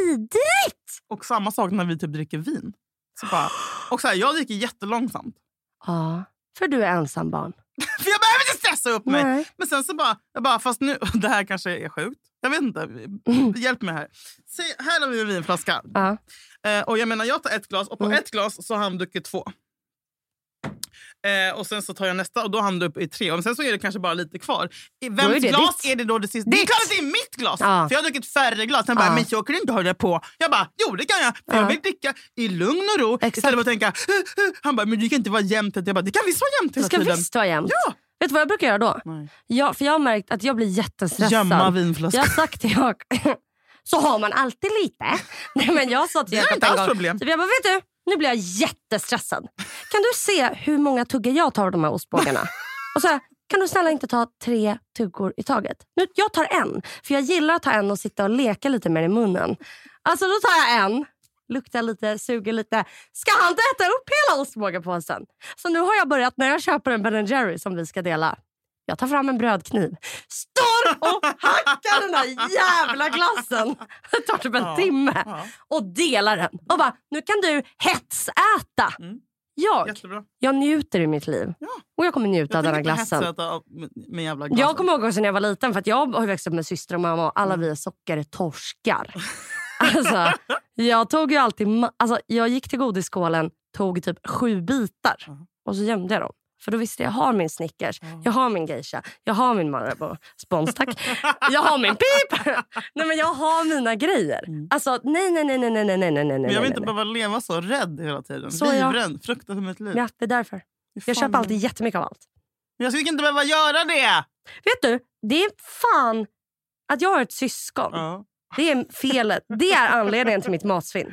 vidrigt! Och samma sak när vi typ dricker vin. Så bara, och så här, jag dricker jättelångsamt. Ja, för du är ensam barn. För jag behöver inte stressa upp mig. Nej. Men sen så bara, jag bara, fast nu, det här kanske är sjukt. Jag vet inte, hjälp mig här. Se, här har vi en vinflaska. Ja. Eh, och jag menar, jag tar ett glas och på Mm. ett glas så har han druckit två. Eh, och sen så tar jag nästa och då har han upp i tre. Och sen så är det kanske bara lite kvar. I vems Då är det glas ditt. är det då det sista? Det är Ditt. klart att det är mitt glas! Ja. För jag har druckit färre glas. Han bara, Ja. men jag kan inte hålla på. Jag bara, jo det kan jag. För Ja. jag vill dricka i lugn och ro. Exakt. Istället för att tänka, "Uh, uh." Han bara, men det kan inte vara jämnt. Jag bara, det kan visst vara jämnt Det hela ska tiden. visst vara jämnt. Ja. Vet du vad jag brukar göra då? Nej. Ja, för jag har märkt att jag blir jättestressad. Gömma vinflaskor. Jag har sagt till jag så har man alltid lite. Nej, men jag sa till Det är Jakob inte en alls gång, problem. typ, jag bara, vet du, nu blir jag jättestressad. Kan du se hur många tuggar jag tar av de här ostbågarna? Och så här, kan du snälla inte ta tre tuggor i taget? Nu, jag tar en, för jag gillar att ta en och sitta och leka lite med i munnen. Alltså då tar jag en, luktar lite, suger lite. Ska han inte äta upp hela ostbågepåsen? Så nu har jag börjat, när jag köper en Ben and Jerry som vi ska dela, jag tar fram en brödkniv, står och hackar den här jävla glassen. Det tar typ en Ja, timme. ja. Och delar den. Och bara, nu kan du hetsäta. Mm. Jag, Jättebra. jag njuter i mitt liv. Ja. Och jag kommer njuta Jag av den här tänker inte glassen. hetsäta av- med, med jävla glasen. Jag kommer ihåg också när jag var liten, för att jag har växt upp med syster och mamma och alla vi är sockertorskar. Alltså, jag tog ju alltid, ma- alltså, jag gick till godisskålen, tog typ sju bitar och så gömde jag dem. För då visste jag, jag har min Snickers, jag har min geisha, jag har min Marabou, spons tack. Jag har min pip. Nej, men jag har mina grejer. Alltså nej nej nej nej nej nej nej nej nej. Men jag vill inte nej. behöva leva så rädd hela tiden. Så jag- Livrädd, fruktar för mitt liv. Ja, det är därför. Fy Jag fan. köper alltid jättemycket av allt. Jag skulle inte behöva göra det! Vet du, det är fan att jag har ett syskon. Ja. Det är felet. Det är anledningen till mitt matsvinn.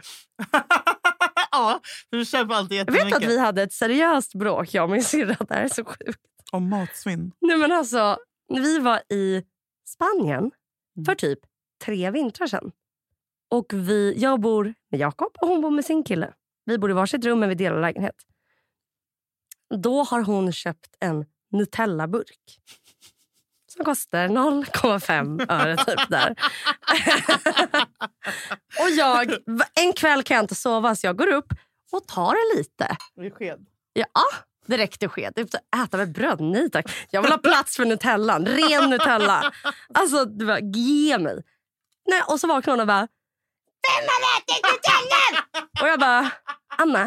Ja, för du köper alltid Jag jättemycket. vet att vi hade ett seriöst bråk, jag och min syrra. Det här är så sjukt. Om matsvinn. Nej, men alltså, vi var i Spanien för typ tre vintrar sedan. Och vi, jag bor med Jakob och hon bor med sin kille. Vi bor i varsitt rum men vi delar lägenhet. Då har hon köpt en Nutella-burk. Som kostar noll komma fem öre typ där. Och jag, en kväll kan jag inte sova så jag går upp och tar det lite. Det är sked. Ja, direkt i sked. Äta med bröd, nej tack. Jag vill ha plats för Nutellan, ren Nutella. Alltså, du bara, ge mig. Nej, och så vaknar hon och bara, vem har ätit Nutellan? Och jag bara, Anna.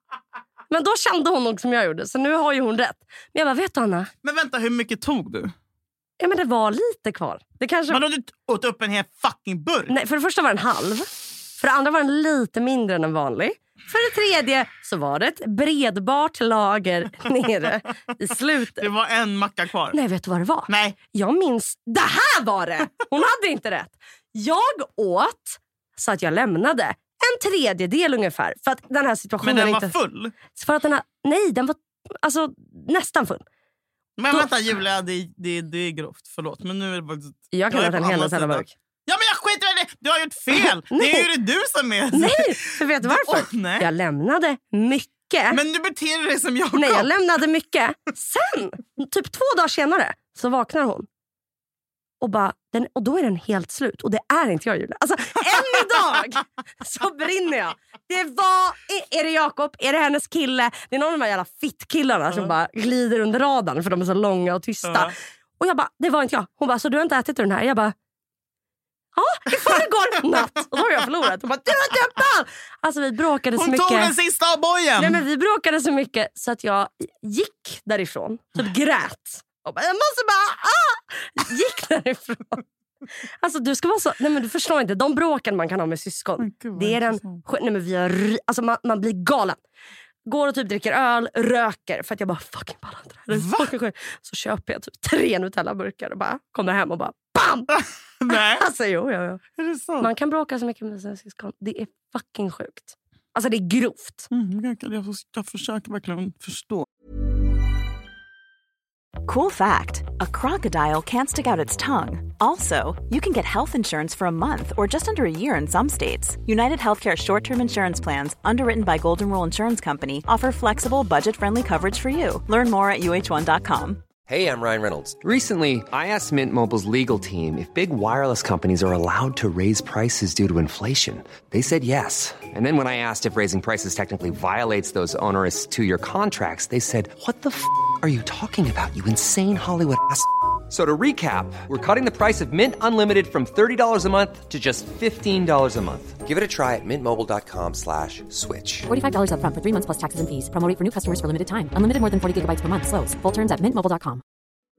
Men då kände hon nog som jag gjorde, så nu har ju hon rätt. Men jag bara, vet du Anna? Men vänta, hur mycket tog du? Ja, men det var lite kvar. Det kanske... Men då du åt upp en hel fucking burk? Nej, för det första var den halv. För det andra var den lite mindre än en vanlig. För det tredje så var det ett bredbart lager nere i slutet. Det var en macka kvar. Nej, vet du vad det var? Nej. Jag minns, det här var det! Hon hade inte rätt. Jag åt så att jag lämnade en tredjedel ungefär. För att den här situationen Men den var inte... full? För att den här... Nej, den var alltså nästan full. Men Då... vänta Julia, det, det, det är grovt, förlåt. Men nu är det faktiskt... Jag kan jag äta en hel Nutella-burk. Ja, men jag skiter i det! Du har gjort fel! Det är ju det du som är... Nej, för vet du varför? Oh, nej. Jag lämnade mycket. Men du beter dig som jag. Nej, jag lämnade mycket. Sen, typ två dagar senare, så vaknar hon. Och, bara, den, och då är den helt slut. Och det är inte jag, Julia. Alltså, än idag så brinner jag. Det var, är det Jakob? Är det hennes kille? Det är någon av de här jävla fittkillarna uh. som bara glider under radarn för de är så långa och tysta. Uh. Och jag bara, det var inte jag. Hon bara, så du har inte ätit den här? Jag bara, ja, i förrgår natt. Och då har jag förlorat. Hon bara, du har döpt allt! Alltså vi bråkade Hon så mycket. Hon tog den sista av bojen. Nej, men vi bråkade så mycket så att jag gick därifrån. Typ grät. Och bara, jag måste bara, ah! Gick därifrån. Alltså du ska vara så, nej men du förstår inte. De bråken man kan ha med syskon. Oh, God, det är den, nej men vi har, alltså man, man blir galen. Går och typ dricker öl, röker. För att jag bara, fucking ballar inte det här. Så köper jag typ tre Nutella-burkar och bara kommer hem och bara, bam! Nej. Alltså jo, jo, jo. Är det så? Man kan bråka så mycket med sina syskon. Det är fucking sjukt. Alltså det är grovt. Mm, jag, jag, jag försöker verkligen förstå. Cool fact, a crocodile can't stick out its tongue. Also, you can get health insurance for a month or just under a year in some states. United Healthcare short-term insurance plans, underwritten by Golden Rule Insurance Company, offer flexible, budget-friendly coverage for you. Learn more at U H one dot com. Hey, I'm Ryan Reynolds. Recently, I asked Mint Mobile's legal team if big wireless companies are allowed to raise prices due to inflation. They said yes. And then when I asked if raising prices technically violates those onerous two-year contracts, they said, what the f*** are you talking about, you insane Hollywood ass f- So to recap, we're cutting the price of Mint Unlimited from thirty dollars a month to just fifteen dollars a month. Give it a try at mintmobile.com slash switch. forty-five dollars up front for three months plus taxes and fees. Promo rate for new customers for limited time. Unlimited more than forty gigabytes per month. Slows full terms at mint mobile dot com.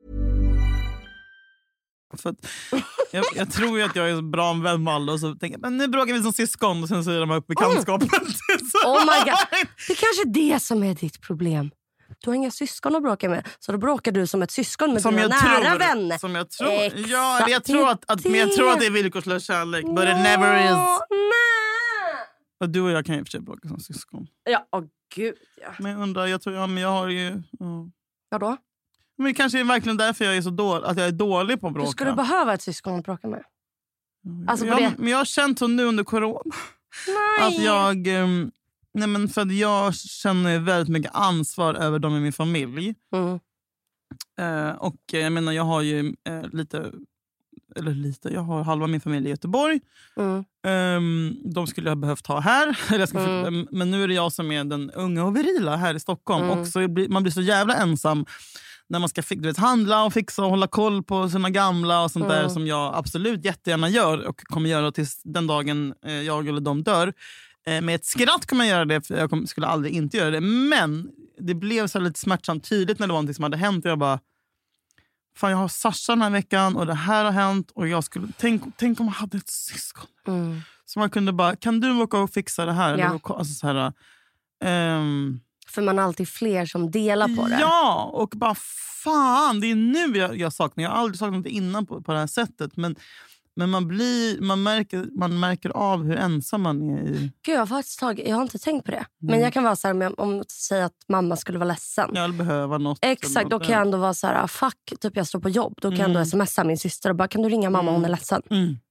För att jag, jag tror ju att jag är så bra en vän med alla och så tänker jag, men nu bråkar vi som syskon och sen så är de upp bekantskapen. Mm. Oh my God. Det är kanske det som är ditt problem. Du har inga syskon att bråka med. Så då bråkar du som ett syskon med som dina nära tror, vänner. Som jag tror. Exakt. Ja, jag tror att, att, men jag tror att det är villkorslös kärlek. But it never is. Nej. Och du och jag kan ju för sig bråka som syskon. Ja, åh gud. Ja. Men jag undrar, jag tror, ja, men jag har ju... Ja. Vadå? Men det kanske är verkligen därför jag är så dålig. Att jag är dålig på att bråka. Du skulle behöva ett syskon att bråka med. Alltså ja, det... Men jag har känt så nu under corona. Nej. Att jag... Um, nej men för att jag känner väldigt mycket ansvar över dem i min familj. Mm. Uh, och jag menar, jag har ju uh, lite... Eller lite, jag har halva min familj i Göteborg. Mm. Um, de skulle jag ha behövt ha här. Eller jag ska mm. för, men nu är det jag som är den unga och virila här i Stockholm. Mm. Och så blir, man blir så jävla ensam när man ska du vet, handla och fixa och hålla koll på sina gamla och sånt mm. där som jag absolut jättegärna gör och kommer göra tills den dagen eh, jag eller de dör. Eh, med ett skratt kommer jag göra det, för jag kom, skulle aldrig inte göra det. Men det blev så lite smärtsamt tydligt när det var något som hade hänt och jag bara, fan jag har Sasha den här veckan och det här har hänt och jag skulle, tänk, tänk om jag hade ett syskon. Mm. Så man kunde bara, kan du åka och fixa det här? Ja. Eller, alltså så här um, för man har alltid fler som delar på det. Ja, och bara fan, det är nu jag, jag saknar. Jag har aldrig saknat det innan på, på det här sättet. Men, men man blir, man märker, man märker av hur ensam man är i... Gud, jag har faktiskt tagit, jag har inte tänkt på det. Mm. Men jag kan vara så här, om, om säga att mamma skulle vara ledsen. Jag behöver något. Exakt, då kan jag ändå vara så här, fuck, typ jag står på jobb. Då kan mm. jag ändå smsa min syster och bara, kan du ringa mamma, mm. hon är ledsen. Mm.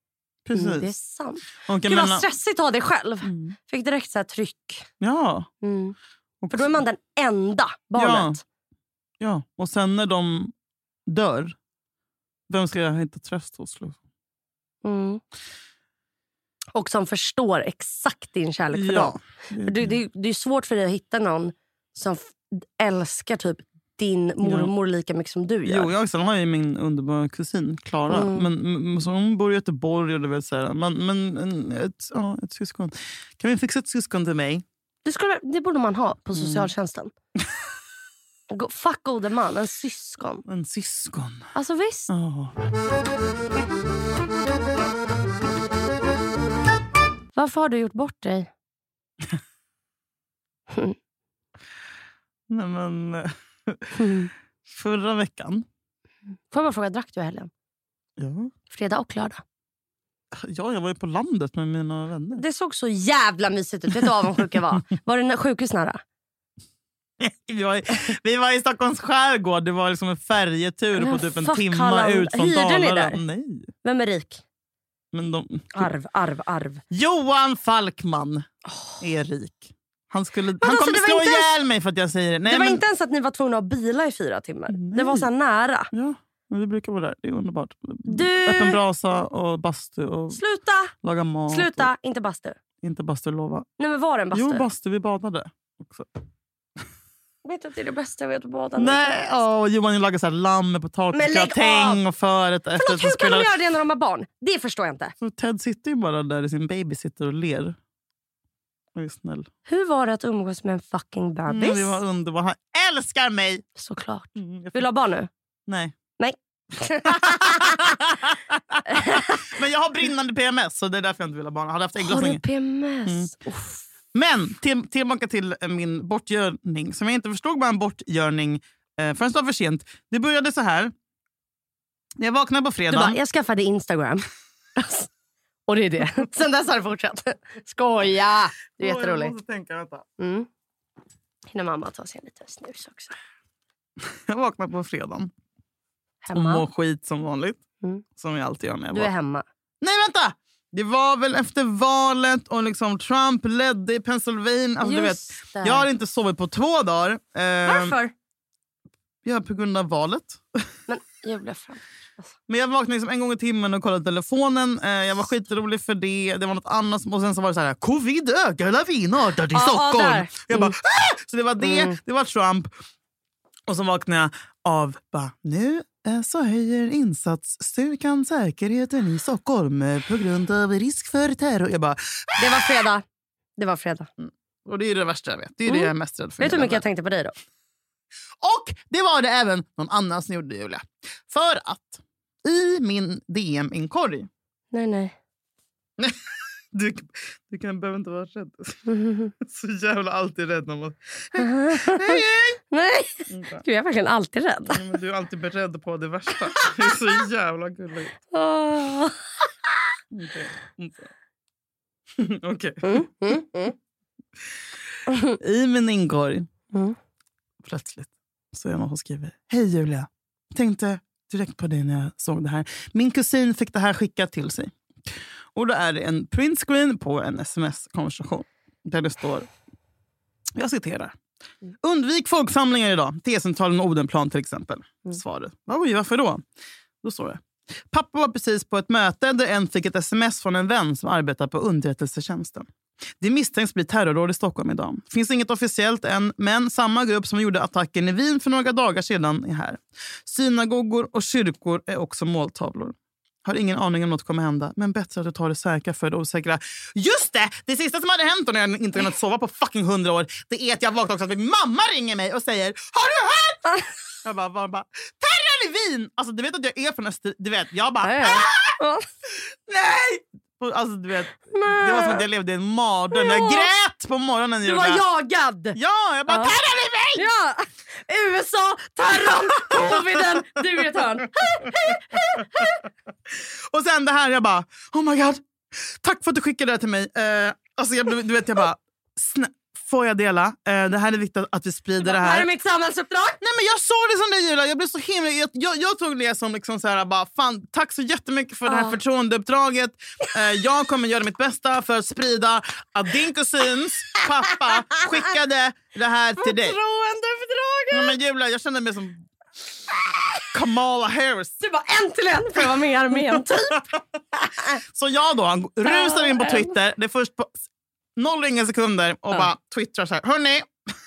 Precis. Mm, det är sant. Och Gud vad stressigt att ha det själv. Mm. Fick direkt så här tryck. Ja. Mm. Och för då är man den enda barnet. Ja. ja, och sen när de dör, vem ska jag hitta tröst hos? Mm. Och som förstår exakt din kärlek för ja. dem. För det, det, det är svårt för dig att hitta någon som f- älskar typ din mormor ja. lika mycket som du gör. Jo, jag också, har ju min underbara kusin Klara. Mm. Men, men så hon bor i Göteborg och det vill säga. Men, men en, ett, ja, ett syskon. Kan vi fixa ett syskon till mig? Det, skulle, det borde man ha på socialtjänsten. Mm. Fuck gode man, en syskon. En syskon. Alltså visst. Oh. Varför har du gjort bort dig? Nej men... Mm. Förra veckan. Får jag bara fråga, drack du i helgen? Ja. Fredag och lördag. Ja, jag var ju på landet med mina vänner. Det såg så jävla mysigt ut. Vet du vad avundsjuka var? Var det sjukhusnära? vi, var i, vi var i Stockholms skärgård. Det var liksom en färjetur ja, på typ en fuck, timma Halland. ut från Hyrde Dalarna. Ni där? Nej. Vem är rik? Men de... Arv, arv, arv. Johan Falkman oh. är rik. Han, skulle, han alltså, kommer slå ihjäl ens... mig för att jag säger det. Nej, det var men... inte ens att ni var tvungna att bila i fyra timmar. Nej. Det var så här nära. Ja, men vi brukar vara där. Det är underbart. Du... Öppen brasa och bastu och Sluta! laga mat. Sluta, och... inte bastu. Inte bastu, lova. Nej, men var det en bastu? Jo, bastu, vi badade också. Vet du att det är det bästa jag vet att bada? Nej, åh, Johan lagar så här lamm med potatisgratäng och förrätt. Förlåt, hur kan de göra det när de har barn? Det förstår jag inte. Så Ted sitter ju bara där i sin babysitter och ler. Och är snäll. Hur var det att umgås med en fucking bebis? Mm, det var underbart. Han älskar mig! Såklart. Mm, Vill du ha barn nu? Nej. Nej. Men jag har brinnande P M S, så det är därför jag inte vill ha barn. Jag hade haft har du P M S? Mm. Men till, tillbaka till min bortgörning, som jag inte förstod var en bortgörning eh, förrän det var för sent. Det började så här. Jag vaknade på fredag. Du bara, jag skaffade Instagram. Och det är det. Sen dess har det fortsatt. Skoja! Det är oh, jätteroligt. Jag måste tänka, vänta. Mm. Hinner mamma ta sig en liten snus också. Jag vaknade på fredagen. Hemma? Och mår skit som vanligt. Mm. Som jag alltid gör när jag Du är hemma. Nej, vänta! Det var väl efter valet och liksom Trump ledde i Pennsylvania. Alltså, du vet, jag har inte sovit på två dagar. Eh, Varför? Ja, på grund av valet. Men jag blev fram. Alltså. Men jag vaknade liksom en gång i timmen och kollade telefonen. Eh, jag var skitrolig för det. Det var något annat. Och sen så var det så här: covid ökar lavinartat i ah, Stockholm. Ah, jag bara, mm. ah! Så det var det. Mm. Det var Trump. Och så vaknade jag av, bara, nu så höjer insatsstyrkan säkerheten i Stockholm på grund av risk för terror. Jag bara, ah! Det var fredag. Det var fredag. Mm. Och det är det värsta jag vet. Det är mm. det jag är mest rädd för. Vet du hur mycket jag tänkte på dig då? Och det var det även någon annan som gjorde, Julia. För att i min D M-inkorg. Nej, nej. Du, du kan behöver inte vara rädd. Mm. Så jävla alltid rädd när man... Nej, nej. Nej. Okay. Du är verkligen alltid rädd. Ja, men du är alltid beredd på det värsta. Det är så jävla gulligt. Oh. Okej. Okay. Okay. Mm, mm, mm. I min inkorg. Mm. Plötsligt så är jag någon som skriver: hej Julia, tänkte direkt på det när jag såg det här. Min kusin fick det här skickat till sig. Och då är det en printscreen på en sms-konversation. Där det står, jag citerar: undvik folksamlingar idag. T-centralen och Odenplan till exempel. Mm. Svaret: oj, varför då? Då står det: pappa var precis på ett möte där en fick ett sms från en vän som arbetar på underrättelsetjänsten. Det misstänks bli terrorråd i Stockholm idag. Finns inget officiellt än, men samma grupp som gjorde attacken i Wien för några dagar sedan är här. Synagogor och kyrkor är också måltavlor. Har ingen aning om något kommer hända, men bättre att du tar det säkra för det osäkra. Just det! Det sista som hade hänt då när jag inte kunnat sova på fucking hundra år, det är att jag vaknade också att min mamma ringer mig och säger: har du hört? Jag bara, bara, bara terror i Wien! Alltså du vet att jag är från Öster... Du vet, jag bara... Nej! Nej! Alltså du vet, nej. Det var som att jag levde i en mardröm. Ja. Jag grät på morgonen. Du var jagad. Ja, jag bara, ja. Terror i mig! Ja, U S A, terrorn, coviden, du är ett hörn. Och sen det här, jag bara, oh my god, tack för att du skickade det till mig. uh, Alltså jag blev, du vet, jag bara snä, får jag dela? Eh, det här är viktigt att vi sprider bara, det här. här är mitt samhällsuppdrag. Nej, men jag såg det som det, Julia. Jag blev så himla... Jag, jag, jag tog det som liksom så här, bara, fan, tack så jättemycket för ah. det här förtroendeuppdraget. Eh, jag kommer göra mitt bästa för att sprida att din kusins pappa skickade det här till dig. Förtroendeuppdraget! Ja, men Julia, jag kände mig som Kamala Harris. Du bara äntligen för att vara med i armén typ. Så jag då rusar in på Twitter. Det är först på noll inga sekunder och ja. bara twittrar så här. Hörrni.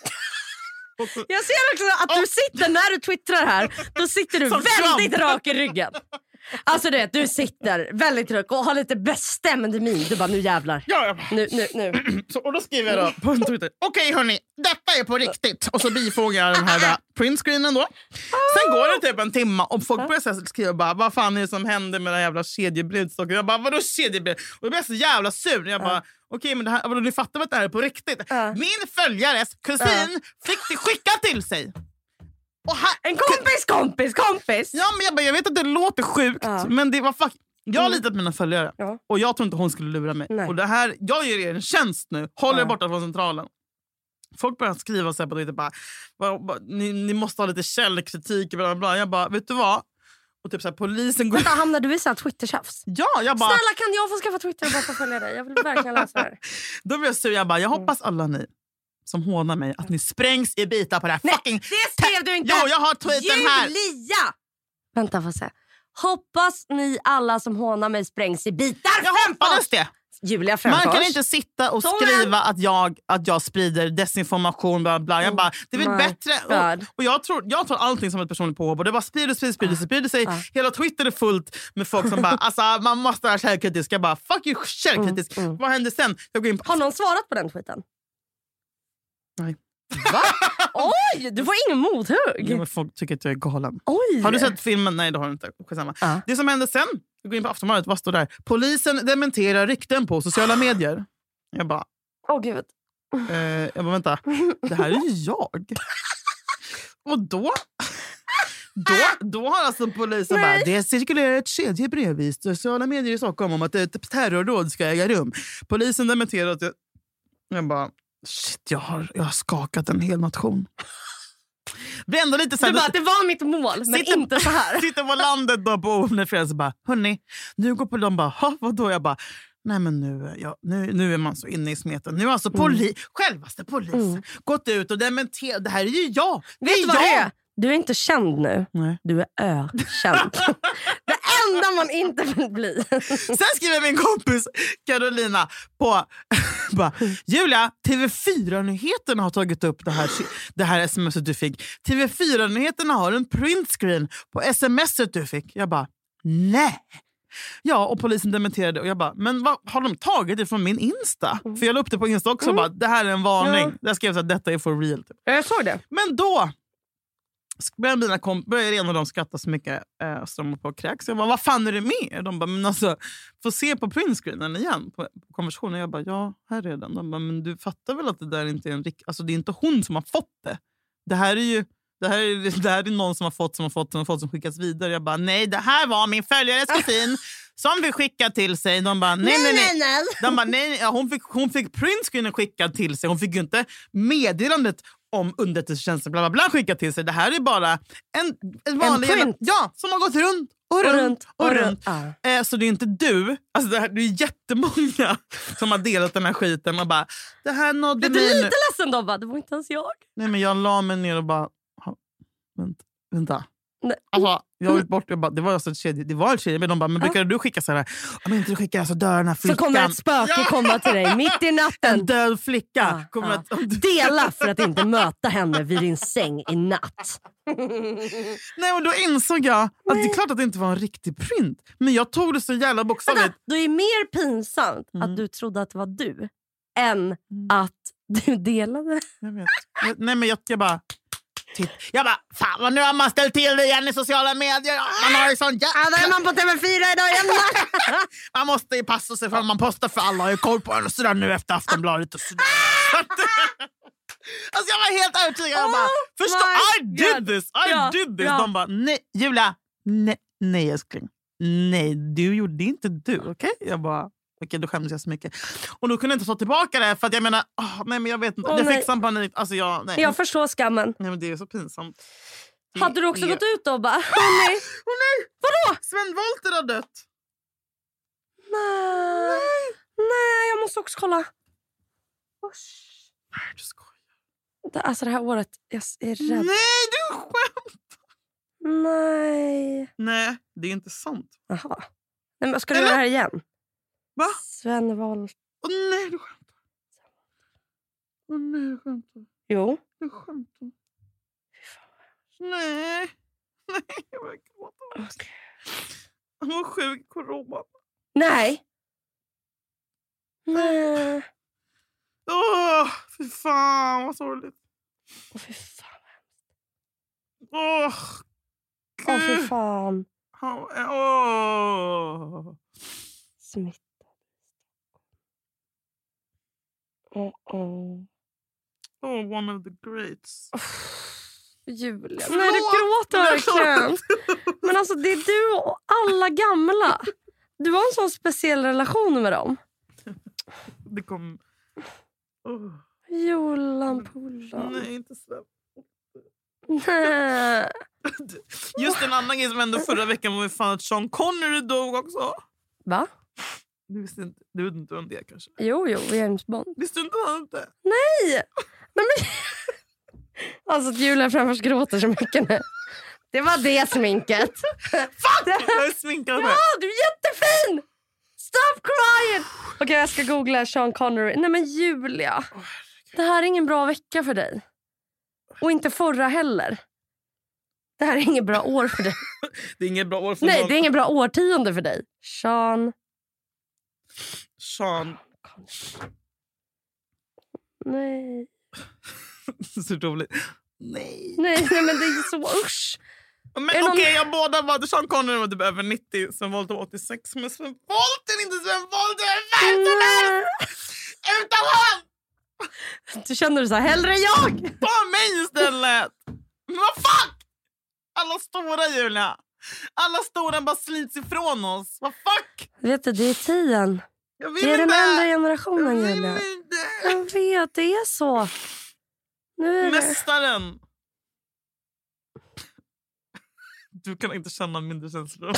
Jag ser också att du sitter, när du twittrar här, då sitter du som väldigt Trump. Rak i ryggen. Alltså du vet, du sitter väldigt rak och har lite bestämd min. Du bara, nu jävlar. Ja, ja. Nu, nu, nu. Så, och då skriver jag då på en Twitter. Okej okay, hörni, detta är på riktigt. Och så bifogar jag den här där printscreenen då. Sen går det typ en timme och folk börjar skriva bara, vad fan är det som händer med den jävla kedjebrudstocken? Jag bara, vadå kedjebrud? Och då blir jag så jävla sur. Jag bara, okej okay, men det här, vadå, ni fattar vad det här är på riktigt. Min följares kusin fick det skickat till sig. Och här, en kompis, kompis, kompis. Ja, men jag, bara, jag vet att det låter sjukt, ja. men det var fuck. Jag har mm. litat på mina följare ja. och jag tror inte hon skulle lura mig. Nej. Och det här, jag ger er en tjänst nu. Håll er ja. borta från centralen. Folk börjar skriva så här på Twitter bara, bara, bara ni, ni måste ha lite källkritik bla bla bla. Jag bara, vet du vad? Och typ så här, polisen går... Vänta, hamnar du i så här Twitter-tjafs? Ja, jag bara... Snälla, kan jag få skaffa Twitter och bara få följa dig? Jag vill verkligen läsa det här. Då blir jag sur, jag bara, jag hoppas alla ni som hånar mig att ni sprängs i bitar på det här. Nej, fucking... det skrev du inte! Jo, jag har tweeten här. Julia! Vänta, får se. Hoppas ni alla som hånar mig sprängs i bitar. Jag hoppas det. Julia Främfors. Man kan inte sitta och skriva att jag, att jag sprider desinformation bla bla. Jag bara, det är väl My bättre och, och jag tror jag tar allting som ett personligt påhopp och det bara sprider sprider sprider, sprider sig. Uh. Hela Twitter är fullt med folk som bara alltså man måste vara källkritisk. Jag bara fuck you källkritisk. Mm, mm. Vad händer sen? Jag går in på... Har någon svarat på den tweeten? Nej. Va? Oj, du får ingen mothugg. Ja, men folk tycker att jag är galen. Oj. Har du sett filmen? Nej, det har du inte. Uh. Det som hände sen, jag går in på Aftonbladet, vad står där? Polisen dementerar rykten på sociala medier. Jag bara... Åh oh, gud. Eh, jag bara, vänta. Det här är ju jag. Och då... Då, då har alltså polisen Nej. bara, det cirkulerar ett kedjebrev i sociala medier i Stockholm om att ett terrorråd ska äga rum. Polisen dementerar att det... Jag bara... Shit, jag har, jag har skakat en hel nation. Det är ändå lite så här, du bara, det var mitt mål, men sitter, inte så här. Sitter på landet då på Omnefred så bara, hörni, nu går på dem bara, ha, vadå? Jag bara, nej men nu, ja, nu, nu är man så inne i smeten. Nu har alltså poli, mm. självaste polis mm. gått ut och dementerat, det här är ju jag. Vet du vad det är? Du är inte känd nu. Nej. Du är ökänd. Det enda man inte vill bli. Sen skriver min kompis Carolina på bara, Julia, T V fyra-nyheterna har tagit upp det här, det här smset du fick. T V fyra-nyheterna har en printscreen på smset du fick. Jag bara, nej. Ja, och polisen dementerade och jag bara, men vad har de tagit det från min Insta? Mm. För jag la upp det på Insta också och bara, det här är en varning. Mm. Där skrev så att detta är for real. Typ. Jag såg det. Men då började mina komp- började en av dem skratta så mycket äh, som på kräks. Jag bara, vad fan är det med? De bara, men alltså, får se på printscreenen igen på, på konversationen. Jag bara, ja, här är den. De bara, men du fattar väl att det där inte är en rik- alltså det är inte hon som har fått det. Det här är ju det här är, det här är någon som har fått som har fått som har fått som skickats vidare. Jag bara, nej, det här var min följares kusin som vi skickade till sig. De bara, nej, nej, nej. nej. De bara, nej, ja, hon fick hon fick printscreenen skickad till sig. Hon fick ju inte meddelandet om underrättelsetjänsten bla bla bla skickat till sig. Det här är bara en, en vanlig en print. Ja, som har gått runt och, och runt, runt och, och runt. runt. Ah. Eh, så det är inte du. Alltså det, här, det är jättemånga som har delat den här skiten och bara, det här nådde mig. Det är lite ledsen då, va? Det var inte ens jag. Nej, men jag la mig ner och bara, vänta. vänta. Nej. Alltså, jag gick bort, jag bara, det var alltså ett kedje, det var ett kedje, men de bara, men brukade du skicka så här, om inte du skickar alltså dör den här flickan. Så kommer ett spöke ja! komma till dig mitt i natten. En död flicka. Ja, kommer ja. Att, Dela för att inte möta henne vid din säng i natt. Nej, och då insåg jag att Nej. det är klart att det inte var en riktig print. Men jag tog det så jävla bokstavligt. Då är det mer pinsamt mm. att du trodde att det var du än mm. att du delade. Jag vet. Nej, men jag, jag bara... Titt. Jag bara, fan vad nu har man ställt till det igen i sociala medier. Man har ju sån jävla... Ja, där är man på T V fyra idag igen. Man måste ju passa sig för att man postar för alla. Jag har koll på en och sådär nu efter Aftonbladet och sådär. Alltså jag var helt övertygad. Jag bara, förstå, I did this, I ja, did this. Ja. De bara, nej, Julia, nej, nej älskling. Nej, du gjorde inte du, okej? Okay? Jag bara... Okej, då skämdes jag så mycket. Och då kunde jag inte ta tillbaka det. För att jag menar, oh, nej men jag vet inte. Åh, jag nej. fick sån panik. Alltså jag, nej. Jag förstår skammen. Nej men det är så pinsamt. Det Hade du också är... gått ut och bara, åh nej. Åh nej! Vadå? Sven Wollter har dött. Nej. nej. Nej, jag måste också kolla. Usch. Nej, du skojar. Det, alltså det här året, jag är rädd. Nej, du skämt. Nej. Nej, det är inte sant. Jaha. Nej, men ska du Eller? göra det här igen? Va? Sven Wollter. Åh nej, du skämtar. Åh nej, du skämtar. Jo. Du skämtar. Nej. Nej, jag vill gråta. Okay. Han var sjuk i corona. Nej. Nej. Åh, fy fan vad sorgligt. Åh fy fan. Åh, Åh fy gud. fan. Han- Åh. Smittad. Åh, åh. Oh, one of the greats. Julia. Förlåt, Nej, du gråter men jag verkligen. Men alltså, det är du och alla gamla. Du har en sån speciell relation med dem. Det kom... Oh. Jolan Polan. Nej, inte Sven. Nej. Just en annan grej som hände förra veckan var ju fan att Sean Connery dog också. Va? Du visste inte, du vet inte om det kanske. Jo, jo, James Bond. Visste du inte han inte? Nej! Nej men... Alltså att Julia framför gråter så mycket nu. Det var det sminket. Fuck! Jag är sminkad. Ja, du är jättefin! Stop crying! Okej, okay, jag ska googla Sean Connery. Nej men Julia. Det här är ingen bra vecka för dig. Och inte förra heller. Det här är inget bra år för dig. Det är inget bra år för Nej, någon. det är inget bra årtionde för dig. Sean... Sean. Nej. Så roligt. Nej. Nej, nej, men det är så usch. Men Är okej, någon- jag båda var... Sean Connery var typ över nittio. Sven Wollter var åttiosex. Men Sven Wollter är inte Sven Wollter. Vem som helst! Utan han! Du känner du så här, hellre jag. Ta mig istället! Men vad fuck? Alla stora, Julia. Alla stora bara slits ifrån oss. Vad fuck? Vet du, det är tiden. Jag vill Det är den inte. andra Jag generationen, vill Julia. inte. Jag vet, det är så. Nu är det... Mästaren. Du kan inte känna mindre känslor.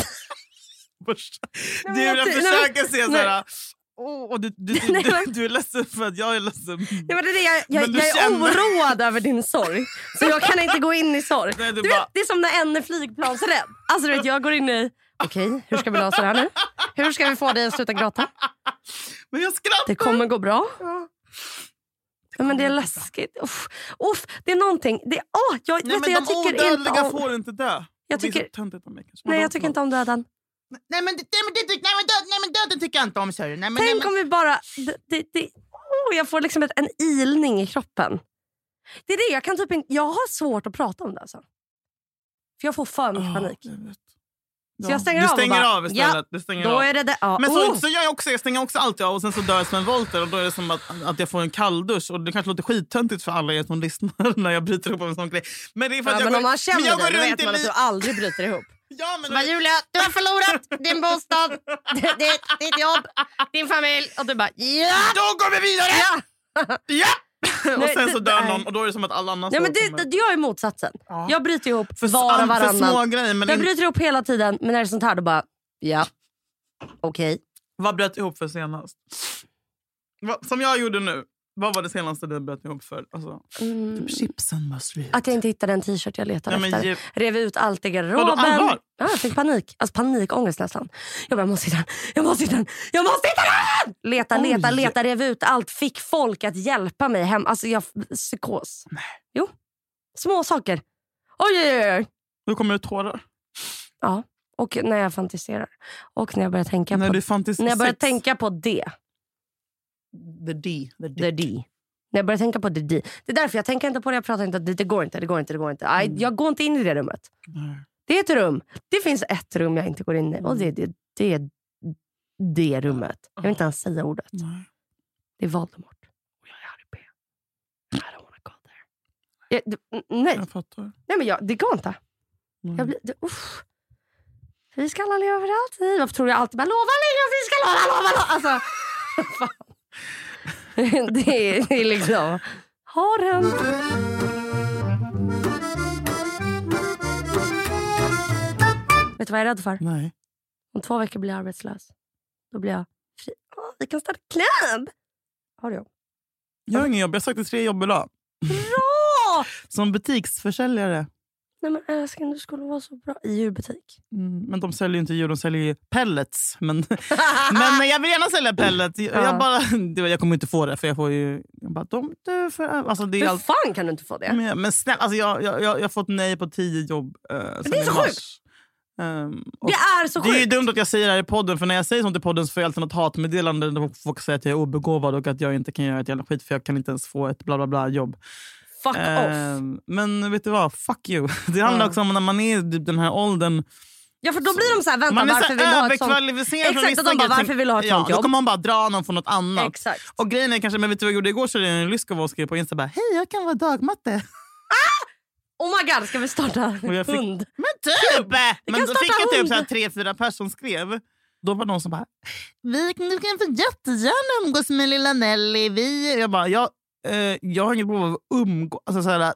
men Du jag jag ty- försöker se nej. såhär. Åh, du, du, du, Nej, du, men- du är ledsen för att jag är ledsen. Nej, men det är, det. Jag, jag, Men du jag är känner- oroad över din sorg. Så jag kan inte gå in i sorg. Nej, du Du bara- vet, det är som när en är flygplansrädd. Alltså du vet, jag går in i... Okej, hur ska vi lösa det här nu? Hur ska vi få dig att sluta gråta? Men jag skrattar. Det kommer gå bra. Ja. Ja, men det är läskigt. Uff, uff, det är någonting. Det, åh, jag, Nej, vet men du, jag de tycker inte odödliga om... får inte dö. Jag Det är så tycker- töntigt av mig, kanske. Nej, Vadå, jag tycker förlåt? inte om döden. Nej, men, det- nej, men, det, tyck- nej, men, död, nej, men döden tycker jag inte om. Sorry. Nej, men, nej, Tänk men, om vi bara... Det, det, det, åh, jag får liksom ett, en ilning i kroppen. Det är det, jag kan typ inte... Jag har svårt att prata om det alltså. För jag får för mycket Åh, panik. jag vet. Så jag stänger du av och stänger bara, av istället. ja, Du stänger Då av. är det det. Ja. Men så, oh. så gör jag också. Jag stänger också alltid av och sen så dör Sven Wollter och då är det som att, att jag får en kalldusch och det kanske låter skittöntigt för alla er som lyssnar när jag bryter ihop av en sån grej. Men det är för att Ja, jag men går, om man känner men jag dig, går då runt vet i man att li- du aldrig bryter ihop. Ja, men Så bara, Julia, du har förlorat din bostad, det- det- ditt jobb, din familj. Och du bara, ja! då går vi vidare! Ja! Ja! Och Nej, sen så det- dör nej. någon och då är det som att alla andra Ja, men står det, kommer. det, jag är motsatsen. Ja. Jag bryter ihop för, var och för varannan. små grejer. Men Jag in, bryter ihop hela tiden, men när det är sånt här då bara, ja, okej. vad bröt ihop för senast? Vad, som jag gjorde nu. Vad var det senaste du bröt ihop för? Alltså, Mm. typ chipsen var slut. Att jag inte hittade en t-shirt jag letar Nej, men efter. ge- Rev ut allt i Vadå, garderoben. allvar? Ja, jag fick panik. Alltså panikångest nästan. Jag bara, jag måste hitta den. Jag måste hitta den. Jag måste hitta den! Leta, Oj. leta, leta. Rev ut allt. Fick folk att hjälpa mig hem. Alltså jag... Psykos. Nej. Jo. Små saker. Oj, oj, oj, oj. Då kommer det tårar. Ja. Och när jag fantiserar. Och när jag börjar tänka När på... du fantis- När jag börjar sex. tänka på det. The D. The D. The D. När jag börjar tänka på the D. Det är därför jag tänker inte på det. Jag pratar inte. Det, det går inte. Det går inte. Det går inte. Aj, Mm. jag går inte in i det rummet. Nej. Det är ett rum. Det finns ett rum jag inte går in i. Och det är det, det, är det rummet. Jag vill inte ens säga ordet. Nej. Det är Voldemort. Och jag är Harry P. I don't wanna go there. Jag, det, nej. Jag fattar. Nej, men jag, det går inte. Mm. Jag blir... Det, uff. Vi ska alla leva för alltid. Varför tror jag alltid bara lova länge att vi ska lova, lova, lova. Alltså, fan. det, är, det är liksom... Har den. Vet du vad jag är rädd för? Nej. Om två veckor blir jag arbetslös. Då blir jag fri. Åh, vi kan starta klubb. Har du jobb? Jag har ingen jobb. Jag har sökt tre jobb idag. Bra! Som butiksförsäljare. Nej men älskling, du skulle vara så bra i djurbutik. Mm, men de säljer ju inte djur, de säljer ju pellets. Men, men jag vill gärna sälja pellets. Jag, Ja. jag, bara, jag kommer inte få det, för jag får ju... Jag bara, de, de, för, alltså det är Hur allt, fan kan du inte få det? men, men snälla, alltså jag, jag, jag, jag har fått nej på tio jobb. Uh, det är så sjukt. Um, och Det är så det är ju sjukt. dumt att jag säger det här i podden, för när jag säger sånt i podden så får jag alltid något hatmeddelande där folk säger att jag är obegåvad och att jag inte kan göra ett jävla skit för jag kan inte ens få ett bla bla bla jobb. Fuck off. Um, men vet du vad? Fuck you. Det handlar Ja. också om när man är i den här åldern. Ja, för då blir de så här, vänta, Man är varför så vill du ha ett sånt... överkvalificerad för Exakt, vissa och de bara, grejer. varför vill du ha ett ja, sånt då jobb? kommer man bara dra någon från något annat. Exakt. Och grejen är kanske, men vet du vad jag gjorde igår? Så det är en Lyskova och skrev på Insta bara, hej, jag kan vara dagmatte. Oh my god, ska vi starta Och jag fick- hund? Men typ! Men då starta fick jag typ hund. så här tre, fyra personer som skrev. Då var någon som bara, vi du kan få jättegärna umgås med lilla Nelly. Vi... Jag bara, jag, eh, jag har inget behov av att umgås. Alltså, så här,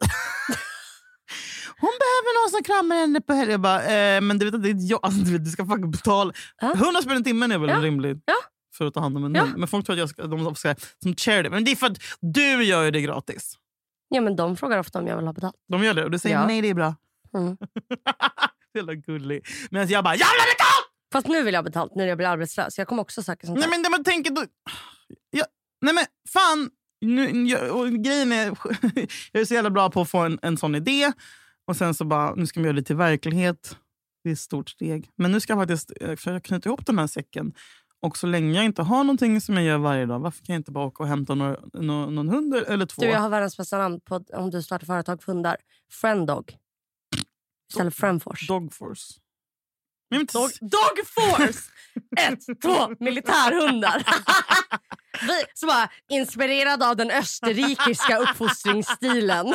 hon behöver någon som kramar henne på helgen. Jag bara, eh, men du vet att det är jag. Alltså, du, vet, du ska fucking betala. Ja. hundra spänn i timmen är väl Ja. rimligt. Ja. För att ta hand om en Ja. hund. Men folk tror att jag ska, de ska som charity. Men det är för att du gör ju det gratis. Ja, men de frågar ofta om jag vill ha betalt. De gör det och du säger Ja. nej, det är bra. Mm. Det är så gullig. Men jag bara, jag vill ha betalt! Fast nu vill jag ha betalt när jag blir arbetslös. Jag kommer också söka sånt Nej där. men man tänker då, ja, nej men fan nu, jag, och grejen är jag är så jävla bra på att få en, en sån idé och sen så bara nu ska vi göra det till verklighet. Det är ett stort steg. Men nu ska jag faktiskt försöka knyta ihop den här säcken. Och så länge jag inte har någonting som jag gör varje dag, varför kan jag inte bara åka och hämta några, någon, någon hund eller två? Du, jag har världens bästa namn på om du startar företag för hundar. Frienddog. Istället för Friendforce. Dogforce. Men inte Dog, Dogforce! Ett, två, militärhundar. Vi, så bara, inspirerad av den österrikiska uppfostringsstilen.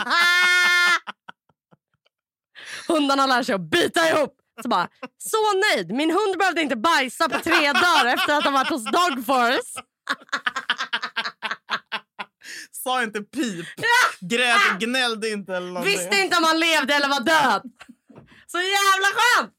Hundarna lär sig att bita ihop. Så bara, så nöjd. Min hund behövde inte bajsa på tre dagar efter att ha varit hos Dogforce. Sa inte pip. Grät, gnällde inte eller någonting. Visste inte om han levde eller var död. Så jävla skönt.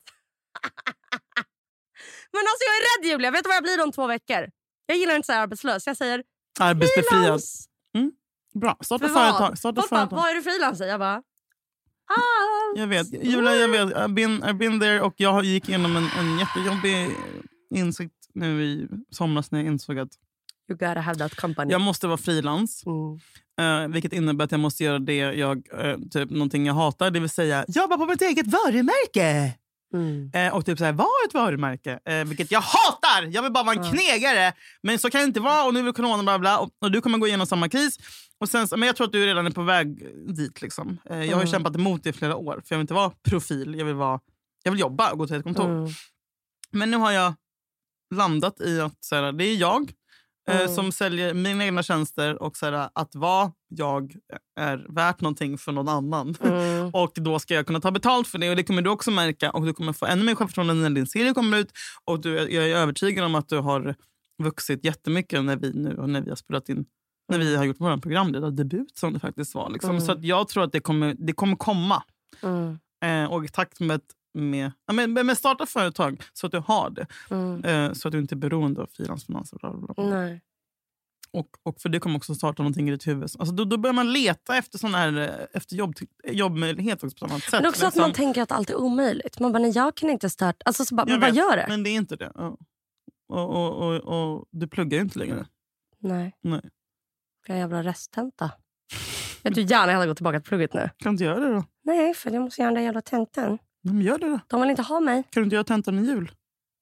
Men alltså jag är rädd, Julia. Vet du vad jag blir om två veckor? Jag gillar inte att säga arbetslös. Jag säger Arbetsbefriad. frilans. Mm. Bra. Starta För vad? företag. Starta Pappa, företag. vad är du frilans i? Jag bara, allt. Jag vet. Julia, jag vet. I've been, I've been there och jag gick igenom en, en jättejobbig insikt nu i somras när jag insåg att You gotta have that company. jag måste vara frilans. Mm. Uh, vilket innebär att jag måste göra det jag, uh, typ någonting jag hatar. Det vill säga, jobba på mitt eget varumärke. Mm. Uh, och typ såhär, vara ett varumärke. Uh, vilket jag hatar! Jag vill bara vara en Ja. knegare. Men så kan det inte vara och nu är corona bla bla. Och, och du kommer gå igenom samma kris. Och sen, men jag tror att du redan är på väg dit. Liksom. Uh, jag har ju Mm. kämpat emot det i flera år. För jag vill inte vara profil. Jag vill, vara, jag vill jobba och gå till ett kontor. Mm. Men nu har jag landat i att såhär, det är jag. Mm. Eh, som säljer mina egna tjänster och så här, att vad jag är värt någonting för någon annan. Mm. Och då ska jag kunna ta betalt för det och det kommer du också märka och du kommer få ännu mer självförtroende när din serie kommer ut och du, jag är övertygad om att du har vuxit jättemycket när vi nu och när vi har spelat in när vi har gjort vår programledardebut som det faktiskt var liksom. Mm. Så att jag tror att det kommer, det kommer komma Mm. eh, och i takt med med, ja, med, med starta företag så att du har det. Mm. Eh, så att du inte är beroende av frilansfinanser. Bla, bla, bla. Nej. Och, och för det kommer också starta någonting i ditt huvud. Alltså då, då börjar man leta efter sån här eh, efter jobb, jobbmöjligheter också på ett annat sätt. Men också att liksom. man tänker att allt är omöjligt. Man bara, nej jag kan inte starta. Alltså så bara, Jag man bara vet, gör det. Men det är inte det. Ja. Och, och, och, och du pluggar ju inte längre. Nej. Nej. För jag jävla resttenta. Jag tror gärna jag hade gått tillbaka till plugget nu. Kan du inte göra det då? Nej, för jag måste göra den där jävla tentan. Men gör det då. De vill inte ha mig. Kan du inte göra tentan i jul?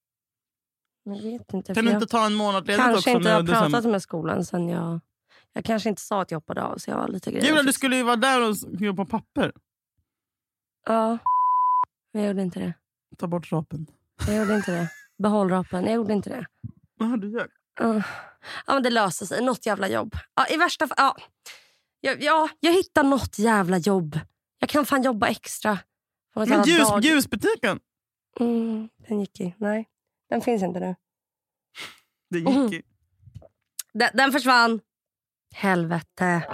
Jag vet inte. Kan för du jag inte ta en månad ledigt kanske också? inte nu har i december? pratat med skolan sen jag... Jag kanske inte sa att jag hoppade av, så jag har lite grejer. Julia, att du fixa. skulle ju vara där och jobba på papper. Ja, men jag gjorde inte det. Ta bort rapen. Jag gjorde inte det. Behåll rapen. Jag gjorde inte det. Vad du gör? Uh. Ja, men det löser sig. Något jävla jobb. Ja, i värsta fall... Ja. Ja, ja, jag hittar något jävla jobb. Jag kan fan jobba extra. På något Men jävla ljus, dag. ljusbutiken? Mm, den gick i. Nej, den finns inte nu. Det gick i. Den, den försvann. Helvete.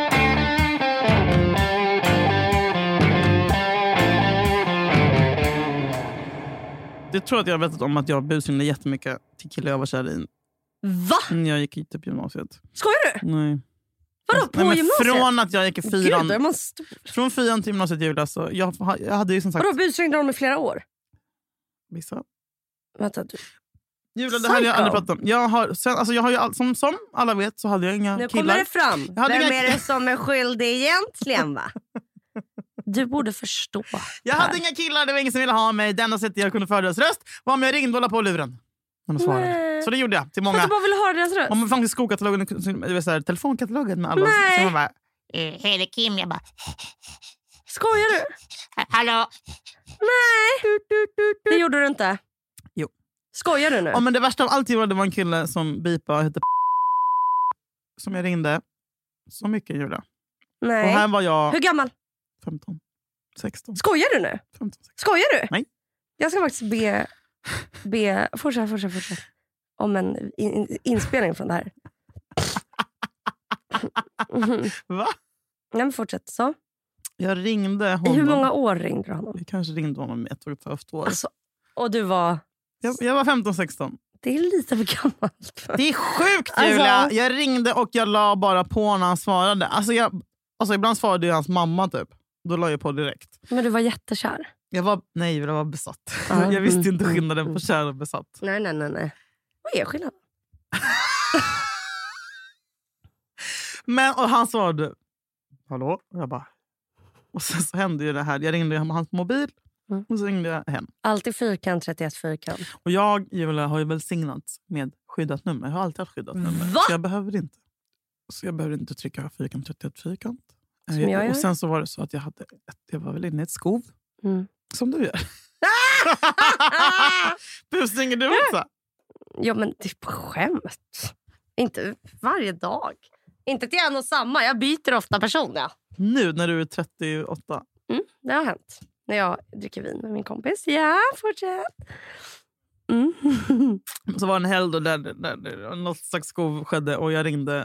Det tror jag att jag har berättat om att jag busringde jättemycket till killar jag var kär i. Va? När jag gick i typ gymnasiet. Skojar du? Nej. Vadå, på Nej, men gymnasiet? Från att jag gick i fyran. Gud, är man stor. Från fyran till gymnasiet Julia, så jag, jag hade ju som sagt... Vadå, busringde de i flera år? Vissa. Vänta, du... Julia, det här har jag aldrig pratat om. Jag har, sen, alltså jag har ju all, som, som alla vet så hade jag inga nu killar. kommer det fram. Jag hade Vem inga... är det som är skyldig egentligen, va? Du borde förstå. Jag hade inga killar, det var ingen som ville ha mig. Det enda sättet jag kunde föra deras röst var om jag ringde och la på luren. De svarade. Så det gjorde jag till många. För att du bara ville höra deras röst? Om man faktiskt skokatalogen, det var så här, telefonkatalogen med alla. Nej. Så man bara, Eh, hej, det är Kim. Jag bara... Skojar du? "Ha- Hallå? Nej. Det gjorde du inte. Jo. Skojar du nu? ja, men det värsta av allt var det var en kille som bipa hette som jag ringde så mycket Julia. Nej. Och här var jag Hur gammal? femton, sexton. Skojar du nu? femton, sexton. Skojar du? Nej. Jag ska faktiskt be... be fortsätt, fortsätt, fortsätt. Om en in, inspelning från det här. Mm. Va? Nej, men fortsätt så. Jag ringde I honom. hur många år ringde du honom? Jag kanske ringde honom ett och ett halvt år. Alltså, och du var... Jag, jag var femton, sexton. Det är lite för gammalt. Det är sjukt Alltså- Julia. Jag ringde och jag la bara på när han svarade. Alltså, jag, alltså ibland svarade ju hans mamma typ. Då la jag på direkt. Men du var jättekär. Jag var, nej, jag var besatt. Ah. Jag visste inte skillnaden på kär och besatt. Nej, nej, nej, nej. Vad är skillnaden? Men och han svarade, hallå? Och jag bara... Och sen så hände ju det här. Jag ringde hem hans mobil. Mm. Och så ringde jag hem. Alltid fyrkant, trettioett fyrkant. Och jag, Julia, har ju välsignat med skyddat nummer. Jag har alltid haft skyddat nummer. Va? Så jag behöver inte. Så jag behöver inte trycka fyrkant, trettioett fyrkant. Som jag gör. Och sen så var det så att jag hade ett, jag var väl inne i ett skov. Mm. Som du gör. Busringer du också? Ja, men det är på skämt. Inte varje dag. Inte till en och samma. Jag byter ofta person, ja. Nu när du är trettioåtta. Mm, det har hänt. När jag dricker vin med min kompis. Ja, fortsätt. Mm. Så var det en helg då där, där, där, där något slags skov skedde och jag ringde.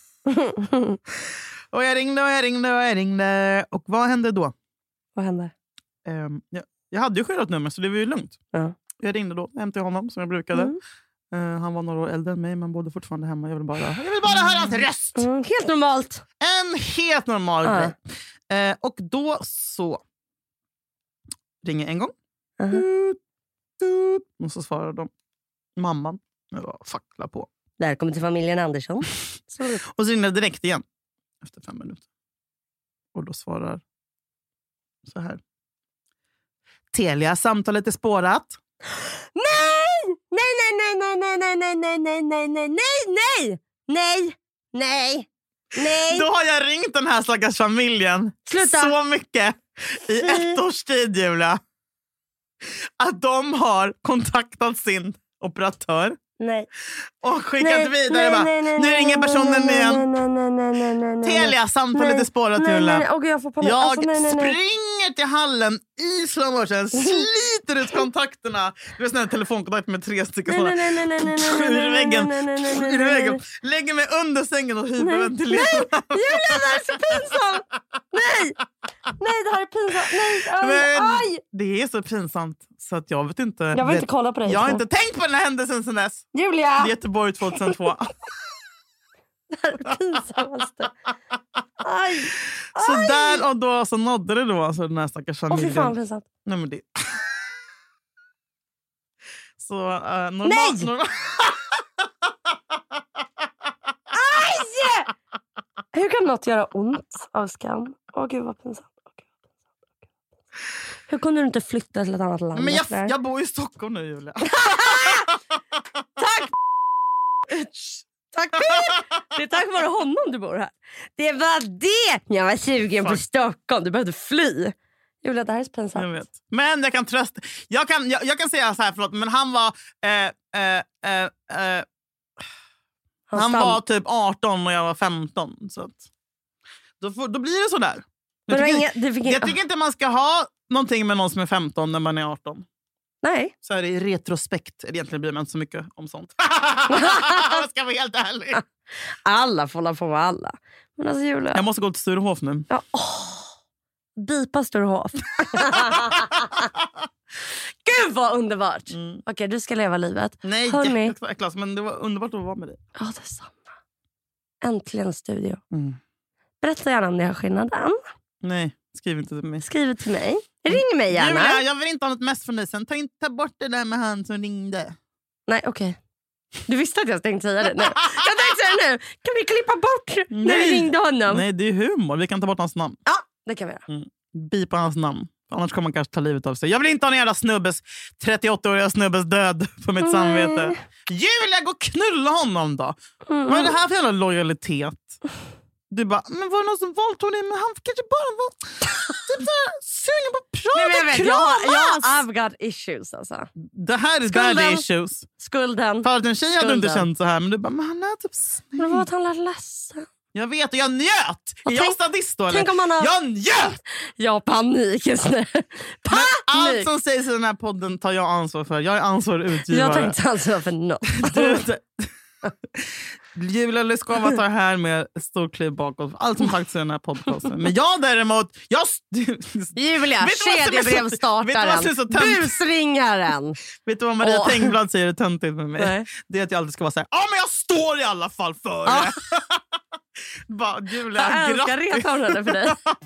och jag ringde och jag ringde och jag ringde. Och vad hände då? Vad hände? Um, jag, jag hade ju skyddat nummer så det var ju lugnt. Ja. Jag ringde då hem till honom som jag brukade. Mm. Uh, han var några år äldre än mig men bodde fortfarande hemma. Jag vill bara, jag vill bara höra hans röst. Mm, helt normalt. En helt normal Ja. grej. Uh, och då så ringer jag en gång. Uh-huh. Tut, tut. Och så svarar de mamman. Jag bara facklar på. Välkommen till familjen Andersson. Så. Och så ringde jag direkt igen. Efter fem minuter. Och då svarar så här. Telia, samtalet är spårat. Nej! Nej, nej, nej, nej, nej, nej, nej, nej, nej, nej, nej, nej, nej, nej, nej. Då har jag ringt den här stackars familjen. Sluta. Så mycket i Fy. ett års tid, Julia. Att de har kontaktat sin operatör Nej. och skickat Nej, vidare. nej, Bara, nej, nej, nu nej, ringer nej, personen nej, igen. nej, nej, nej, nej, nej, nej. Telia, samtalet Nej, är spårat, nej, Julia. nej, nej. Åh, gud, jag får panik. Jag Alltså, nej, nej, nej. springer till hallen i slow motion, sliter ut kontakterna. Det är sån här telefonkontakt med tre stycken Nej, sådana. nej, nej, nej, nej, nej, Skjuter nej, i nej, väggen. nej, nej, nej, nej, Skjuter i nej, väggen. nej. Lägger mig under sängen och Nej, hyperventilerar. Julia, det här är så pinsamt. Nej, nej, det här är pinsamt. Nej, aj, Men aj. det är så pinsamt så att jag vet inte. Jag vill inte kolla på dig. Jag har inte tänkt på den här händelsen sen dess. Julia, Göteborg tjugohundratvå. det här är det pinsammaste. Aj. Så där och då så nådde det då alltså den här stackars Åh, fy familjen. fan, pinsamt. Nej, men det... Så uh, normal... Nej! Normal... Aj! Hur kan något göra ont av skam? Åh, gud vad pinsamt. Åh, gud, vad pinsamt. Åh, gud, vad pinsamt. Hur kunde du inte flytta till ett annat land? Men efter det här? jag, jag bor i Stockholm nu, Julia. Tack! Tack! Det är tack vare honom du bor här. Det var det! Jag var sugen på Fuck. Stockholm. Du behövde fly. Julia, det här är så Jag pinsamt. vet. Men jag kan trösta. Jag kan, jag, jag kan säga så här, förlåt, men han var... Eh, eh, eh, eh, Han, han stam- var typ arton och jag var femton. Så att, då, får, då blir det så där. Men Jag det var tycker, inga, du fick jag inga... tycker inte man ska ha någonting med någon som är femton när man är arton. Nej. Så här i retrospekt. Egentligen bryr man inte så mycket om sånt. Jag ska vara helt ärlig. Alla får hålla på med alla. Men alltså Julia... Jag måste gå till Sturehof nu. Ja, åh. Bipa Sturehof. Gud vad underbart. Mm. Okej, okay, du ska leva livet. Nej, Hörrni... jätteklass, men det var underbart att vara med dig. Ja, det är samma. Äntligen studio. Mm. Berätta gärna om ni har skillnaden. Nej, skriv inte till mig. Skriv till mig. Ring mig gärna. Julia, jag vill inte ha något mest från dig sen. Ta inte ta bort det där med han som ringde. Nej, okej. Okay. Du visste att jag tänkte säga det nu. Jag tänkte säga nu. Kan vi klippa bort Nej. när vi ringde honom? Nej, det är humor. Vi kan ta bort hans namn. Ja, det kan vi göra. Mm. Bipa hans namn. Annars kommer man kanske ta livet av sig. Jag vill inte ha en jävla snubbes, trettioåttaåriga snubbes död på mitt mm. samvete. Julia, gå och knulla honom då. Mm. Vad är det här för jävla lojalitet? Du bara, men var det någon som våldtog dig? Men han kanske bara var typ såhär sugen på att prata och kramas. Jag har I've got issues alltså. Det här är daddy issues. Skulden. För att en tjej hade inte känt så här. Men du bara, men han är typ snäll. Men vad att han lär ledsen. Jag vet och jag njöt. Är jag sadist då eller? Tänk om han har... Jag njöt! Jag panik just nu. Panik! Allt som sägs i den här podden tar jag ansvar för. Jag är ansvarig utgivare. Jag tänkte ansvar för något. du, Julia Lyskova tar här med ett stort kliv bakåt. Allt som sagts i den här podcasten. Men jag däremot... Jag Julia, kedjebrevstartaren. Busringaren. Vet du vad Maria oh. Tengblad säger är töntigt med mig? Nej. Det är att jag alltid ska vara så här. Ja, men jag står i alla fall för det. Ah. Bara, Julia, jag älskar retavlade för dig.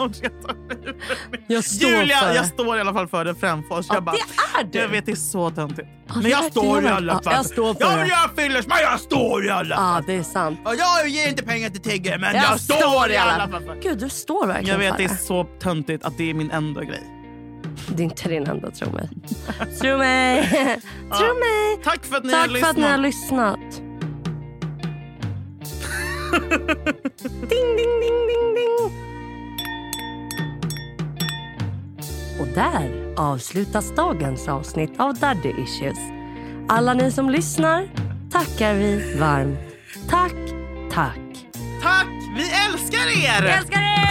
Jag står Julia, för jag står i alla fall för det framför. Ja, bara, det är du. Jag vet, det är så töntigt. Ja, men jag står i alla fall. Ja, jag står för ja, det. Jag fyllers, men jag står i alla fall. Ja, det är sant. Och jag ger inte pengar till Tigge, men jag, jag står, står i alla fall. fall. Gud, du står verkligen. Jag vet, för det är så töntigt att det är min enda grej. Det är inte din enda, tro mig. Tro mig. Ja. Tro mig. Tack för att ni Tack har lyssnat. Tack för att ni har lyssnat. Ding, ding, ding, ding, ding. Och där avslutas dagens avsnitt av Daddy Issues. Alla ni som lyssnar tackar vi varmt. Tack, tack. Tack, vi älskar er. Vi älskar er.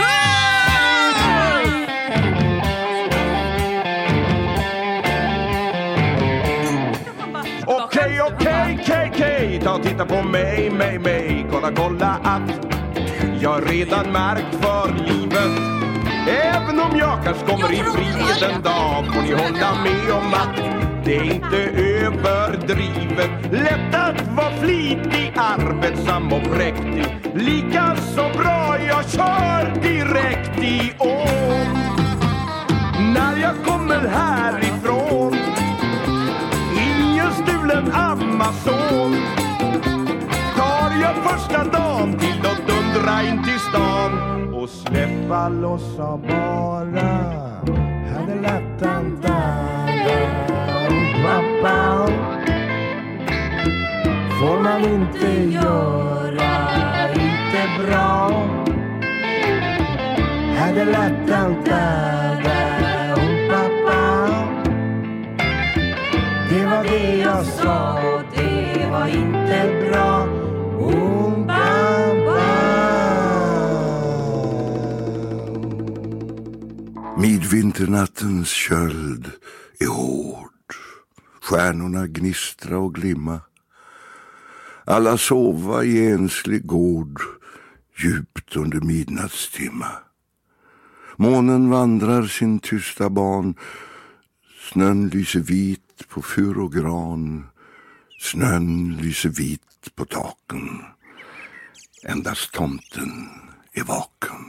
Okej, okej, okej, okej. Ta och titta på mig, mig, mig. Kolla, kolla att jag redan märkt för livet. Även om jag kanske kommer i fred en dag, får ni hålla med om att det är inte överdrivet. Lätt att vara flitig, arbetsam och präktig. Lika så bra jag kör direkt i år. När jag kommer härifrån, ingen stulen Amazon. Tar jag första dagen till att dundra in till stan och släppa loss av bara. Hade lättan där. Pappa, får man inte göra, inte bra. Hade lättan där. Pappa, det var det jag sa, det var inte bra. Oh, pappa. Midvinternattens köld är hård. Stjärnorna gnistra och glimma. Alla sova i enslig gård djupt under midnattstimma. Månen vandrar sin tysta ban. Snön lyser vit på fur och gran. Snön lyser vit på taken. Endast tomten är vaken.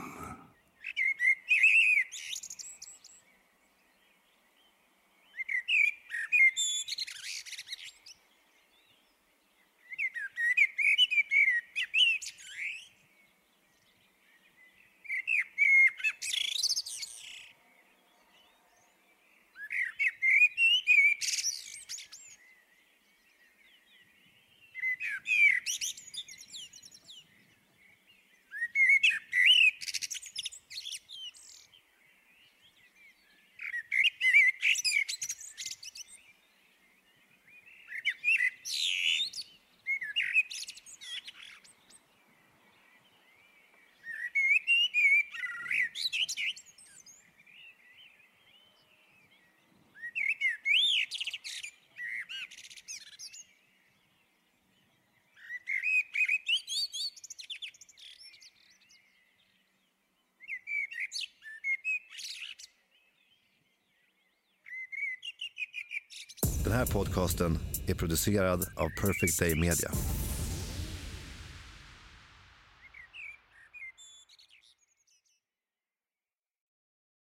Den här podcasten är producerad av Perfect Day Media.